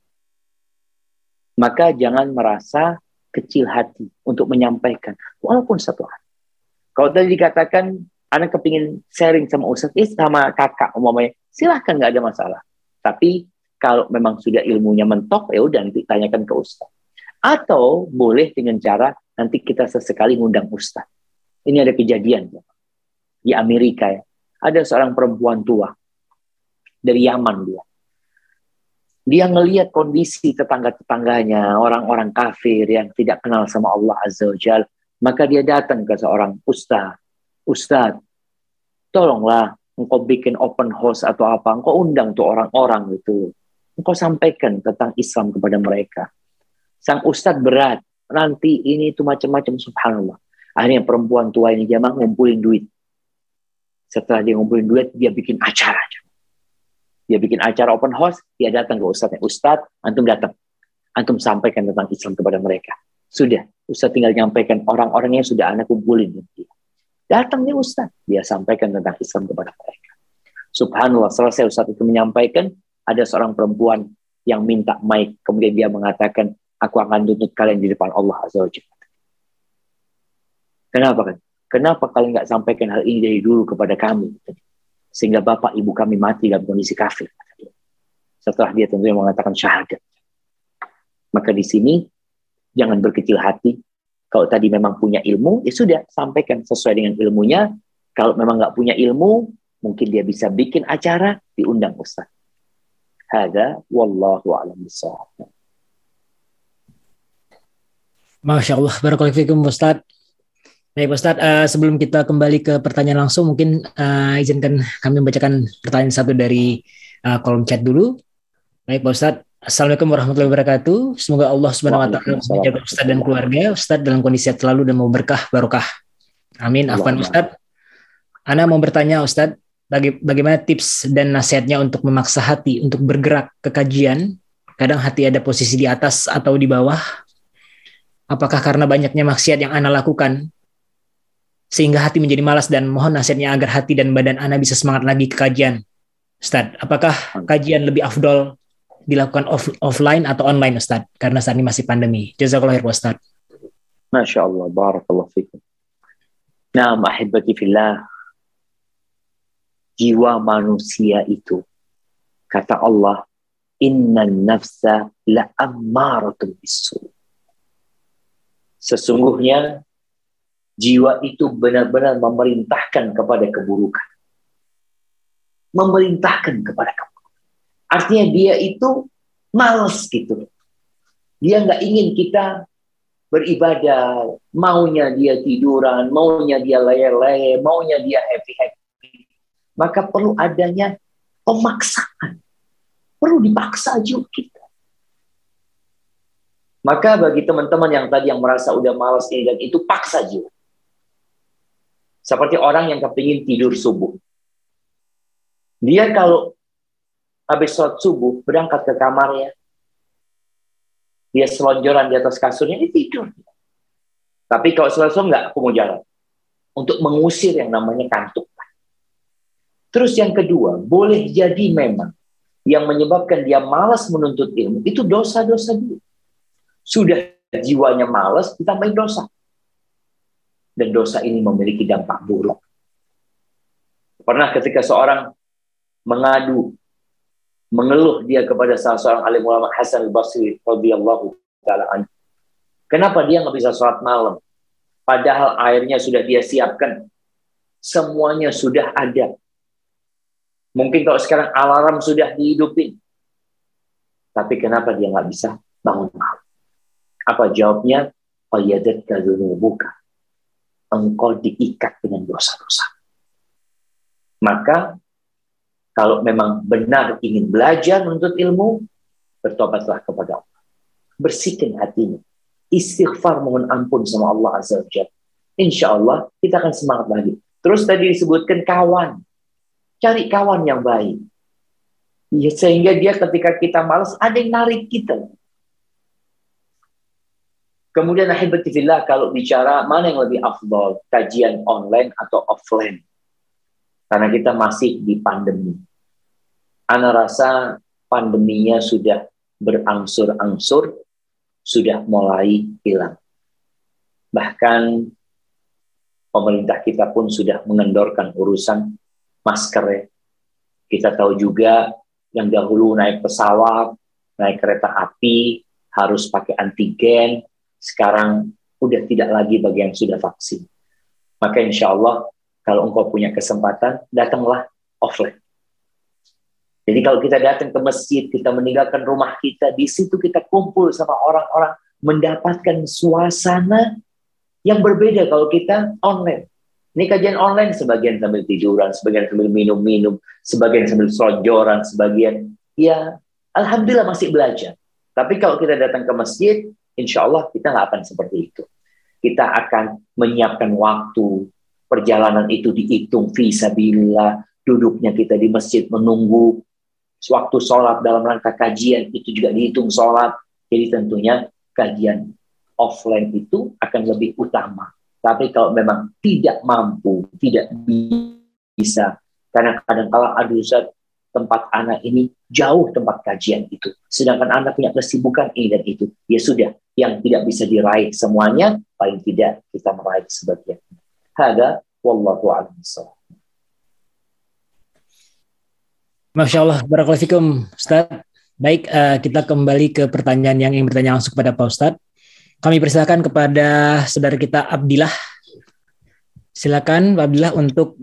Speaker 3: Maka jangan merasa kecil hati untuk menyampaikan, walaupun satu hal. Kalau tadi dikatakan, anak kepingin sharing sama ustadz, sama kakak umpamanya, silahkan, nggak ada masalah. Tapi kalau memang sudah ilmunya mentok, ya udah nanti tanyakan ke ustadz. Atau boleh dengan cara nanti kita sesekali ngundang ustadz. Ini ada kejadian di Amerika ya. Ada seorang perempuan tua dari Yaman dia. Dia ngelihat kondisi tetangga-tetangganya, orang-orang kafir yang tidak kenal sama Allah Azza wa Jalla. Maka dia datang ke seorang ustadz, tolonglah engkau bikin open house atau apa, engkau undang tuh orang-orang itu, engkau sampaikan tentang Islam kepada mereka. Sang ustadz berat, nanti ini itu macam-macam, subhanallah. Akhirnya perempuan tua ini dia ngumpulin duit. Setelah dia ngumpulin duit, dia bikin acara. Dia bikin acara open house, dia datang ke ustadznya. Ustadz, antum datang. Antum sampaikan tentang Islam kepada mereka. Sudah, ustadz tinggal nyampaikan, orang-orangnya sudah anak kumpulin. Datang nih ustadz, dia sampaikan tentang Islam kepada mereka. Subhanallah, selesai ustadz itu menyampaikan, ada seorang perempuan yang minta mic, kemudian dia mengatakan, aku akan tuntut kalian di depan Allah Azza wa Jalla. Kenapa kan? Kenapa kalian nggak sampaikan hal ini dari dulu kepada kami? Sehingga bapak ibu kami mati dalam kondisi kafir. Setelah dia tentunya mengatakan syahadat. Maka di sini jangan berkecil hati Kalau tadi memang punya ilmu, ya sudah, sampaikan sesuai dengan ilmunya. Kalau memang nggak punya ilmu, mungkin dia bisa bikin acara, diundang Ustaz. Hada wallahu a'lam bishawab.
Speaker 2: Masya Allah, barakallahu fikum Ustaz. Baik Ustaz, sebelum kita kembali ke pertanyaan langsung, mungkin izinkan kami membacakan pertanyaan satu dari kolom chat dulu. Baik Pak Ustaz, Assalamualaikum warahmatullahi wabarakatuh. Semoga Allah Subhanahu wa taala menjaga Ustaz dan keluarga Ustaz dalam kondisi sehat selalu dan mau berkah barokah. Amin. Afwan Ustaz. Ana mau bertanya Ustaz, bagaimana tips dan nasihatnya untuk memaksa hati untuk bergerak ke kajian? Kadang hati ada posisi di atas atau di bawah. Apakah karena banyaknya maksiat yang Ana lakukan sehingga hati menjadi malas, dan mohon nasihatnya agar hati dan badan Ana bisa semangat lagi ke kajian. Ustaz, apakah kajian lebih afdol dilakukan offline atau online Ustaz? Karena saat ini masih pandemi. Jazakallahu khair Ustaz.
Speaker 3: Masya Allah, barakallahu fikum. Nah, ahibati fillah, jiwa manusia itu, kata Allah, innan nafsa la'ammaratun bisu. Sesungguhnya jiwa itu benar-benar memerintahkan kepada keburukan. Memerintahkan kepada keburukan. Artinya dia itu malas gitu. Dia nggak ingin kita beribadah. Maunya dia tiduran, maunya dia leye-leye, maunya dia happy-happy. Maka perlu adanya pemaksaan. Perlu dipaksa jiwa kita. Maka bagi teman-teman yang tadi yang merasa udah malas ini dan itu, paksa jiwa. Seperti orang yang kepingin tidur subuh. Dia kalau habis sholat subuh, berangkat ke kamarnya, dia selonjoran di atas kasurnya, dia tidur. Tapi kalau sholat subuh, enggak, aku mau jalan. Untuk mengusir yang namanya kantuk. Terus yang kedua, boleh jadi memang yang menyebabkan dia malas menuntut ilmu, itu dosa-dosa dia. Sudah jiwanya malas, ditambahin dosa. Dan dosa ini memiliki dampak buruk. Pernah ketika seorang mengadu, mengeluh dia kepada salah seorang alim ulama, Hasan al-Basri radhiyallahu ta'ala anhu. Kenapa dia nggak bisa sholat malam? Padahal airnya sudah dia siapkan. Semuanya sudah ada. Mungkin kalau sekarang alarm sudah dihidupin. Tapi kenapa dia nggak bisa bangun malam? Apa jawabnya? Qayyadatka dzunubuka. Engkau diikat dengan dosa-dosa. Maka kalau memang benar ingin belajar menuntut ilmu, bertobatlah kepada Allah. Bersihkan hatinya. Istighfar, mohon ampun sama Allah Azza wa Jalla. Insya Allah kita akan semangat lagi. Terus tadi disebutkan kawan. Cari kawan yang baik. Ya, sehingga dia ketika kita malas, ada yang narik kita. Kemudian ahibati fillah, kalau bicara mana yang lebih afdal, kajian online atau offline? Karena kita masih di pandemi. Ana rasa pandeminya sudah berangsur-angsur, sudah mulai hilang. Bahkan pemerintah kita pun sudah mengendorkan urusan masker. Kita tahu juga yang dahulu naik pesawat, naik kereta api, harus pakai antigen. Sekarang udah tidak lagi bagi yang sudah vaksin. Maka insya Allah kalau engkau punya kesempatan, datanglah offline. Jadi kalau kita datang ke masjid, kita meninggalkan rumah kita, di situ kita kumpul sama orang-orang, mendapatkan suasana yang berbeda kalau kita online. Ini kajian online, sebagian sambil tiduran, sebagian sambil minum-minum, sebagian sambil selonjoran, sebagian, ya alhamdulillah masih belajar. Tapi kalau kita datang ke masjid, insya Allah kita nggak akan seperti itu. Kita akan menyiapkan waktu, perjalanan itu dihitung fisabilillah, duduknya kita di masjid menunggu, waktu sholat dalam rangka kajian itu juga dihitung sholat. Jadi tentunya kajian offline itu akan lebih utama. Tapi kalau memang tidak mampu, tidak bisa, karena kadang-kala aduh Ustaz, tempat anak ini jauh tempat kajian itu. Sedangkan anak punya kesibukan ini dan itu. Ya sudah, yang tidak bisa diraih semuanya, paling tidak kita meraih sebagian. Hada, wallahu a'lam bishawab.
Speaker 2: Masya Allah, barakallahu fikum Ustaz. Baik, kita kembali ke pertanyaan yang ingin bertanya langsung kepada Pak Ustaz. Kami persilakan kepada saudara kita Abdillah. Silakan Pak Abdillah untuk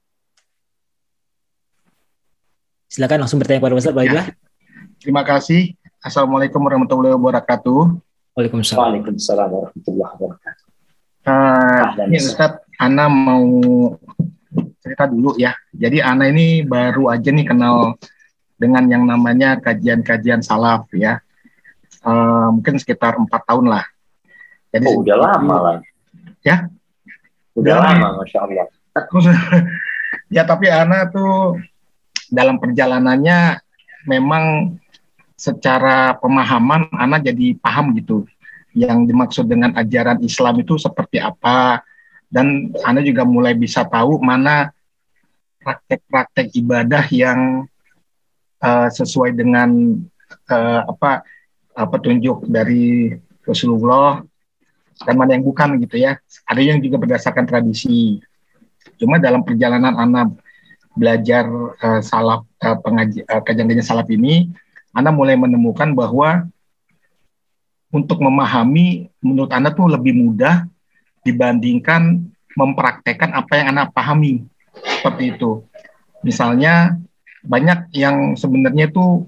Speaker 2: silakan langsung bertanya kepada Ustaz Pak Abdillah.
Speaker 7: Terima kasih. Assalamualaikum warahmatullahi wabarakatuh.
Speaker 2: Waalaikumsalam.
Speaker 3: Waalaikumsalam warahmatullahi wabarakatuh.
Speaker 7: Ini Ustaz, Ana mau cerita dulu ya. Jadi Ana ini baru aja nih kenal dengan yang namanya kajian-kajian salaf ya. Mungkin sekitar 4 tahun lah. Jadi
Speaker 3: udah lama lah.
Speaker 7: Ya?
Speaker 3: Udah lama, Masya Allah.
Speaker 7: Ya, tapi Ana tuh dalam perjalanannya memang secara pemahaman Ana jadi paham gitu. Yang dimaksud dengan ajaran Islam itu seperti apa. Dan Ana juga mulai bisa tahu mana praktek-praktek ibadah yang sesuai dengan petunjuk dari Rasulullah dan mana yang bukan gitu ya. Ada yang juga berdasarkan tradisi. Cuma dalam perjalanan Ana belajar salaf kajian-kajian salaf ini, Ana mulai menemukan bahwa untuk memahami menurut Ana tuh lebih mudah dibandingkan mempraktekkan apa yang Ana pahami. Seperti itu. Misalnya banyak yang sebenarnya tuh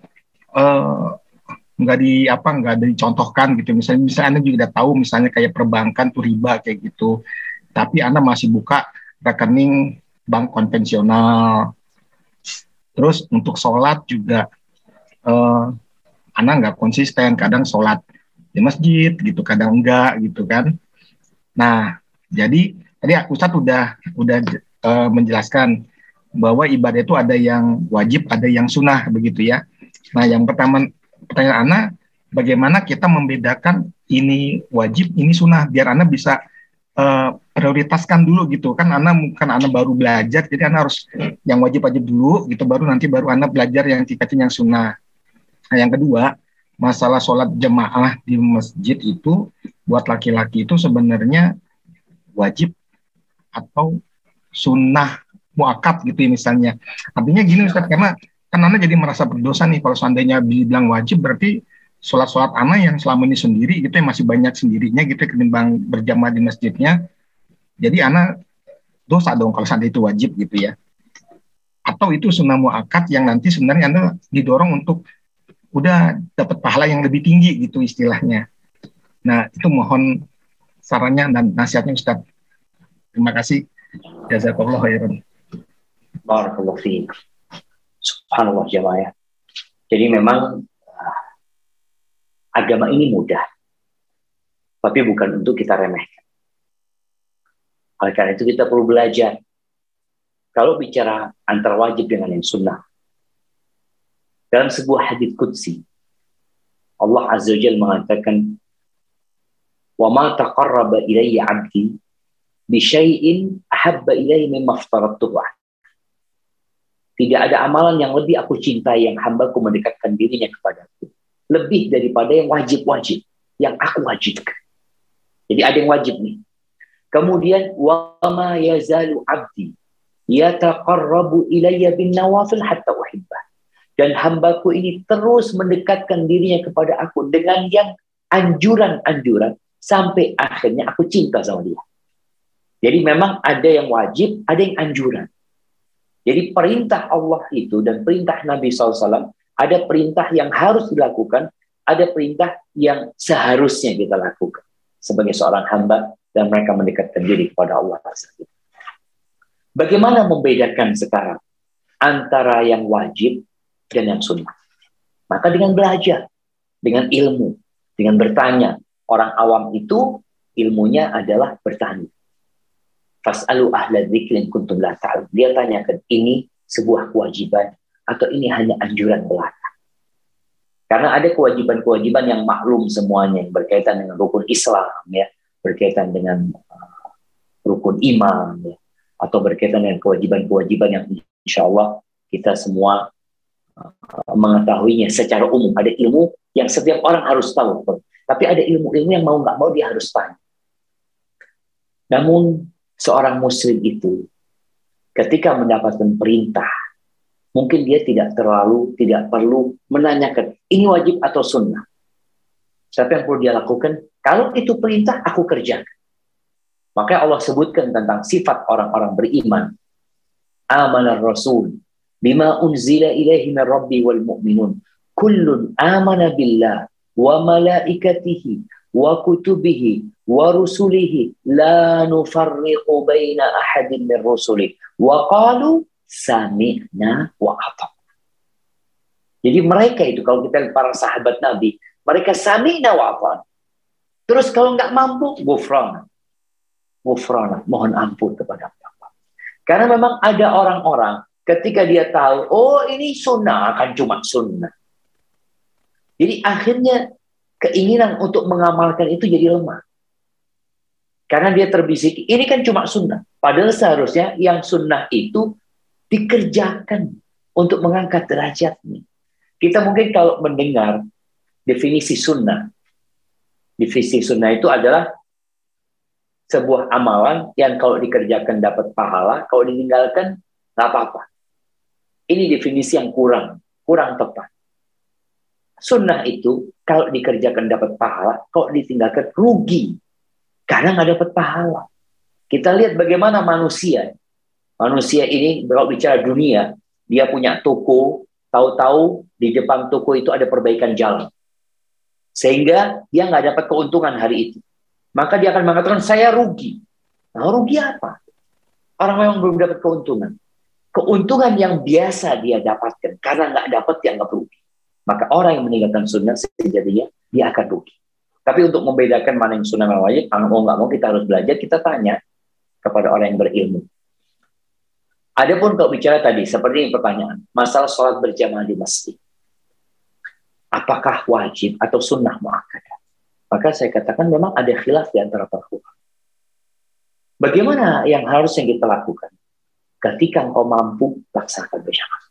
Speaker 7: nggak dicontohkan gitu. Misalnya Anda juga udah tahu misalnya kayak perbankan tuh riba kayak gitu. Tapi Anda masih buka rekening bank konvensional. Terus untuk sholat juga Anda nggak konsisten. Kadang sholat di masjid gitu, kadang enggak gitu kan. Nah, jadi tadi Ustadz udah menjelaskan bahwa ibadah itu ada yang wajib, ada yang sunnah begitu ya. Nah, yang pertama pertanyaan Ana, bagaimana kita membedakan ini wajib, ini sunnah, biar Ana bisa prioritaskan dulu gitu kan. Ana baru belajar, jadi Ana harus yang wajib dulu gitu, baru Ana belajar yang tingkatnya yang sunnah. Nah, yang kedua, masalah sholat jemaah di masjid itu buat laki-laki itu sebenarnya wajib atau sunnah muakkad gitu misalnya. Artinya gini Ustaz, karena kan Ana jadi merasa berdosa nih kalau seandainya dibilang wajib, berarti sholat Ana yang selama ini sendiri gitu yang masih banyak sendirinya gitu ketimbang berjamaah di masjidnya. Jadi Ana dosa dong kalau seandainya itu wajib gitu ya. Atau itu sunnah muakkad yang nanti sebenarnya Anda didorong untuk udah dapat pahala yang lebih tinggi gitu istilahnya. Nah, itu mohon sarannya dan nasihatnya Ustaz. Terima kasih. Jazakallah khairan.
Speaker 3: Barakallahu fiik. Subhanallah jemaah. Jadi memang agama ini mudah, tapi bukan untuk kita remehkan. Oleh karena itu kita perlu belajar. Kalau bicara antara wajib dengan yang sunnah, dalam sebuah hadits qudsi, Allah Azza wa Jalla mengatakan, "Wa ma taqarraba ilayya 'abdi bi syai'in ahabba ilayya mimma aftaradtuhu." Tidak ada amalan yang lebih aku cintai yang hambaku mendekatkan dirinya kepadaku lebih daripada yang wajib-wajib yang aku wajibkan. Jadi ada yang wajib nih. Kemudian wa ma yazalu 'abdi yataqarrabu ilayya bin nawafil hatta uhibbah. Dan hambaku ini terus mendekatkan dirinya kepada aku dengan yang anjuran-anjuran sampai akhirnya aku cinta sama dia. Jadi memang ada yang wajib, ada yang anjuran. Jadi perintah Allah itu dan perintah Nabi SAW, ada perintah yang harus dilakukan, ada perintah yang seharusnya kita lakukan sebagai seorang hamba dan mereka mendekatkan diri kepada Allah. Bagaimana membedakan sekarang antara yang wajib dan yang sunnah? Maka dengan belajar, dengan ilmu, dengan bertanya. Orang awam itu ilmunya adalah bertanya. Fas'alu ahla dzikri in kuntum la ta'lamun. Dia tanyakan, ini sebuah kewajiban atau ini hanya anjuran belaka? Karena ada kewajiban-kewajiban yang maklum semuanya, yang berkaitan dengan rukun Islam, ya, berkaitan dengan rukun iman, ya, atau berkaitan dengan kewajiban-kewajiban yang insya Allah kita semua mengetahuinya secara umum. Ada ilmu yang setiap orang harus tahu, tapi ada ilmu-ilmu yang mau nggak mau dia harus tanya. Namun seorang muslim itu ketika mendapatkan perintah, mungkin dia tidak perlu menanyakan ini wajib atau sunnah. Siapa yang perlu dia lakukan? Kalau itu perintah, aku kerjakan. Maka Allah sebutkan tentang sifat orang-orang beriman. Amanar Rasul bima unzila ilaihi min rabbi wal mu'minun. Kullun amana billah wa malaikatihi wa kutubihi wa rusulihi la nufarriqu baina ahadin min rusulih wa qalu sami'na wa ata'na. Jadi mereka itu, kalau kita lihat para sahabat Nabi, mereka sami'na wa ata'na. Terus kalau nggak mampu, ghufrana, mohon ampun kepada Allah. Karena memang ada orang-orang ketika dia tahu, oh ini sunnah, akan cuma sunnah. Jadi akhirnya keinginan untuk mengamalkan itu jadi lemah. Karena dia terbisik, ini kan cuma sunnah. Padahal seharusnya yang sunnah itu dikerjakan untuk mengangkat derajatnya. Kita mungkin kalau mendengar definisi sunnah itu adalah sebuah amalan yang kalau dikerjakan dapat pahala, kalau ditinggalkan nggak apa-apa. Ini definisi yang kurang tepat. Sunnah itu kalau dikerjakan dapat pahala, kalau ditinggalkan rugi karena nggak dapat pahala. Kita lihat bagaimana manusia ini, kalau bicara dunia, dia punya toko, tahu-tahu di depan toko itu ada perbaikan jalan. Sehingga dia nggak dapat keuntungan hari itu. Maka dia akan mengatakan, saya rugi. Nah, rugi apa? Orang memang belum dapat keuntungan. Keuntungan yang biasa dia dapatkan, karena nggak dapat, dia nggak rugi. Maka orang yang meninggalkan sunnah, sejatinya dia akan rugi. Tapi untuk membedakan mana yang sunnah dan wajib, mau nggak mau kita harus belajar, kita tanya kepada orang yang berilmu. Adapun kalau bicara tadi, seperti yang pertanyaan, masalah sholat berjamaah di masjid. Apakah wajib atau sunnah muakkadah? Maka saya katakan memang ada khilaf di antara para ulama. Bagaimana yang harus yang kita lakukan? Ketika engkau mampu, laksanakan berjamaah.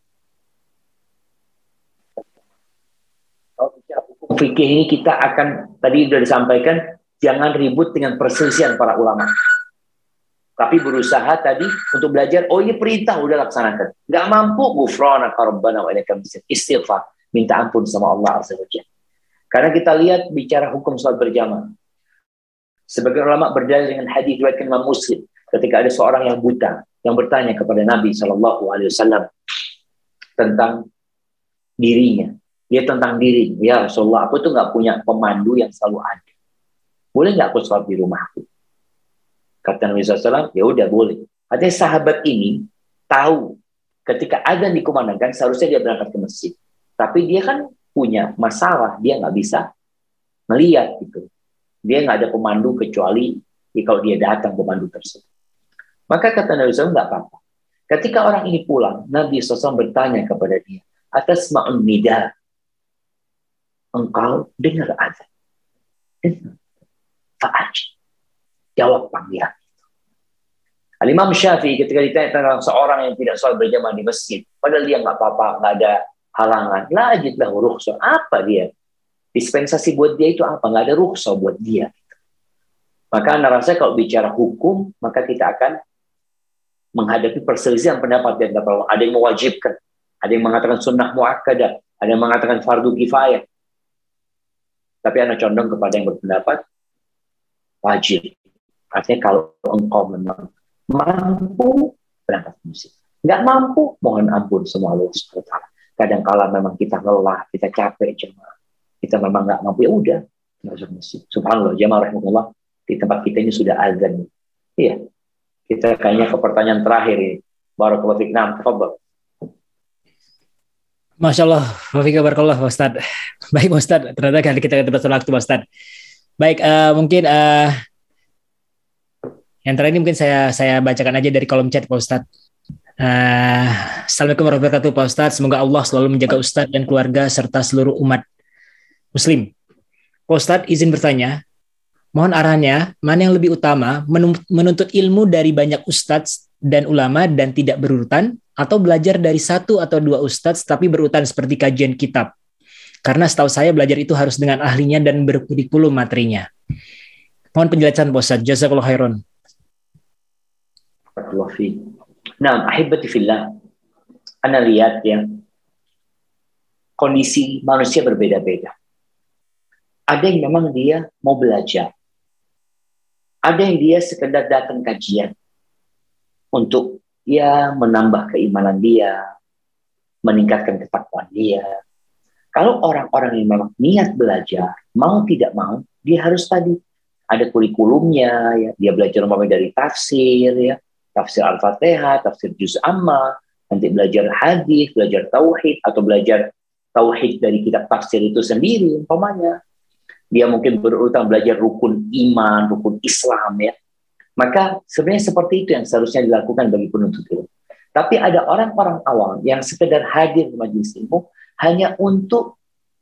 Speaker 3: Kalau bicara hukum fikih ini kita akan, tadi sudah disampaikan, jangan ribut dengan perselisihan para ulama. Tapi berusaha tadi untuk belajar, oh ini perintah, udah laksanakan. Nggak mampu, ghufranaka rabbana wa ilaikal masir. Istighfar, minta ampun sama Allah Azza wa Jalla. Karena kita lihat bicara hukum sholat berjamaah. Sebagian ulama berdalil dengan hadis riwayat Imam Muslim ketika ada seorang yang buta yang bertanya kepada Nabi SAW tentang dirinya. Dia tentang diri. Ya Rasulullah, aku tuh nggak punya pemandu yang selalu ada. Boleh nggak aku sholat di rumahku? Kata Nabi SAW, ya udah boleh. Artinya sahabat ini tahu ketika adzan dikumandangkan seharusnya dia berangkat ke masjid. Tapi dia kan punya masalah, dia nggak bisa melihat gitu. Dia nggak ada pemandu kecuali kalau dia datang pemandu tersebut. Maka kata Nabi SAW, nggak apa-apa. Ketika orang ini pulang, Nabi SAW bertanya kepada dia, atas ma'un nida, engkau dengar adzan. Fa'aj. Jawab panggilan. Al-Imam Syafi'i ketika ditanya tentang seorang yang tidak sholat berjamaah di masjid, padahal dia nggak apa-apa, nggak ada halangan, la ajid lahu rukhsah. Apa dia? Dispensasi buat dia itu apa? Nggak ada rukhsah buat dia. Maka anda rasa kalau bicara hukum, maka kita akan menghadapi perselisihan pendapat di antara ulama. Ada yang mewajibkan, ada yang mengatakan sunnah muakkadah, ada yang mengatakan fardu kifayah. Tapi anda condong kepada yang berpendapat wajib. Artinya kalau engkau memang mampu, berangkat musik. Nggak mampu, mohon ampun sama Allah SWT. Kadang-kala memang kita lelah, kita capek jemaah. Kita memang nggak mampu, ya udah. Masuk musik. Subhanallah, jemaah rahimahullah. Di tempat kita ini sudah azan. Iya. Kita kayaknya ke pertanyaan terakhir ini. Barakallahu fiik. Naam, tafadhal.
Speaker 2: Masya Allah, Wafiq barakallah Pak Ustadz. Baik Pak Ustadz, ternyata kita terbatas waktu Pak Ustadz. Baik, mungkin yang terakhir ini mungkin saya bacakan aja dari kolom chat Pak Ustadz. Assalamualaikum warahmatullahi wabarakatuh Pak Ustadz. Semoga Allah selalu menjaga Ustadz dan keluarga serta seluruh umat Muslim. Pak Ustadz izin bertanya, mohon arahannya mana yang lebih utama, menuntut ilmu dari banyak Ustadz dan ulama dan tidak berurutan, atau belajar dari satu atau dua Ustadz tapi berurutan seperti kajian kitab? Karena setahu saya belajar itu harus dengan ahlinya dan berkurikulum materinya. Mohon penjelasan Pak Ustadz. Jazakallahu khairan.
Speaker 3: Nah, ahibati fillah, Anda lihat ya, kondisi manusia berbeda-beda. Ada yang memang dia mau belajar. Ada yang dia sekedar datang kajian untuk ya menambah keimanan dia, meningkatkan ketakwaan dia. Kalau orang-orang yang memang niat belajar, mau tidak mau, dia harus tadi ada kurikulumnya, ya. Dia belajar umpamanya dari tafsir, ya, tafsir Al-Fatihah, tafsir Juz Amma, nanti belajar hadis, belajar tauhid, atau belajar tauhid dari kitab tafsir itu sendiri, umpamanya. Dia mungkin berurutan belajar rukun iman, rukun Islam, ya. Maka sebenarnya seperti itu yang seharusnya dilakukan bagi penuntut ilmu. Tapi ada orang-orang awam yang sekedar hadir di majelis ilmu hanya untuk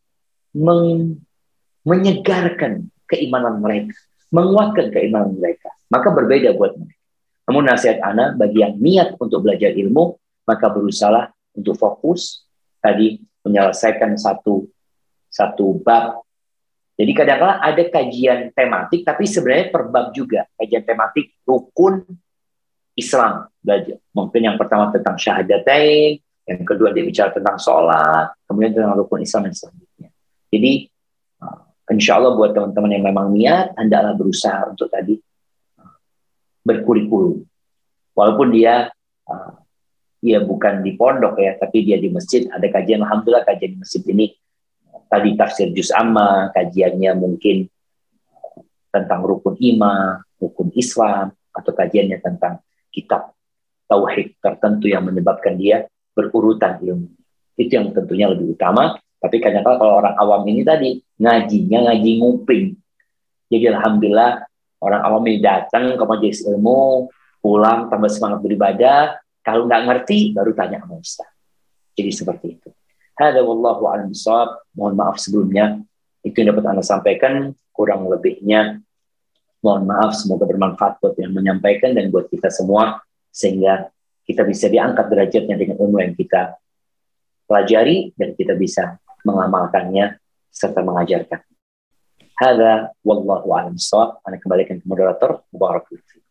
Speaker 3: menyegarkan keimanan mereka, menguatkan keimanan mereka. Maka berbeda buat mereka. Namun nasihat ana bagi yang niat untuk belajar ilmu, maka berusaha untuk fokus tadi menyelesaikan satu bab. Jadi kadang-kadang ada kajian tematik, tapi sebenarnya per bab juga. Kajian tematik rukun Islam belajar. Mungkin yang pertama tentang syahadatain, yang kedua dia bicara tentang sholat, kemudian tentang rukun Islam dan selanjutnya. Jadi insya Allah buat teman-teman yang memang niat, hendaklah berusaha untuk tadi berkurikulum. Walaupun dia bukan di pondok ya, tapi dia di masjid, ada kajian, alhamdulillah kajian di masjid ini tadi tafsir Juz Amma, kajiannya mungkin tentang rukun iman, rukun Islam, atau kajiannya tentang kitab tauhid tertentu yang menyebabkan dia berurutan ilmu. Itu yang tentunya lebih utama. Tapi kadang-kadang kalau orang awam ini tadi ngajinya ngaji nguping. Jadi alhamdulillah orang awam ini datang ke majelis ilmu, pulang tambah semangat beribadah. Kalau nggak ngerti baru tanya sama Ustaz. Jadi seperti itu. Hada wallahu a'lam bishawab. Mohon maaf sebelumnya. Itu yang dapat Anda sampaikan. Kurang lebihnya mohon maaf, semoga bermanfaat buat yang menyampaikan dan buat kita semua, sehingga kita bisa diangkat derajatnya dengan ilmu yang kita pelajari dan kita bisa mengamalkannya serta mengajarkan. Hadza wallahu a'lam bishawab. Ana kembalikan ke moderator. Barakallahu fiik.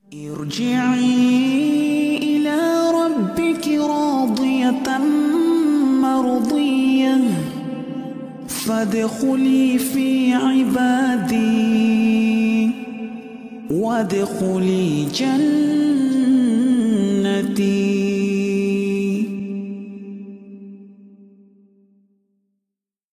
Speaker 8: Irji'i ila rabbiki radiyatan mardiyah fadkhuli fi 'ibadi وادخلي جنة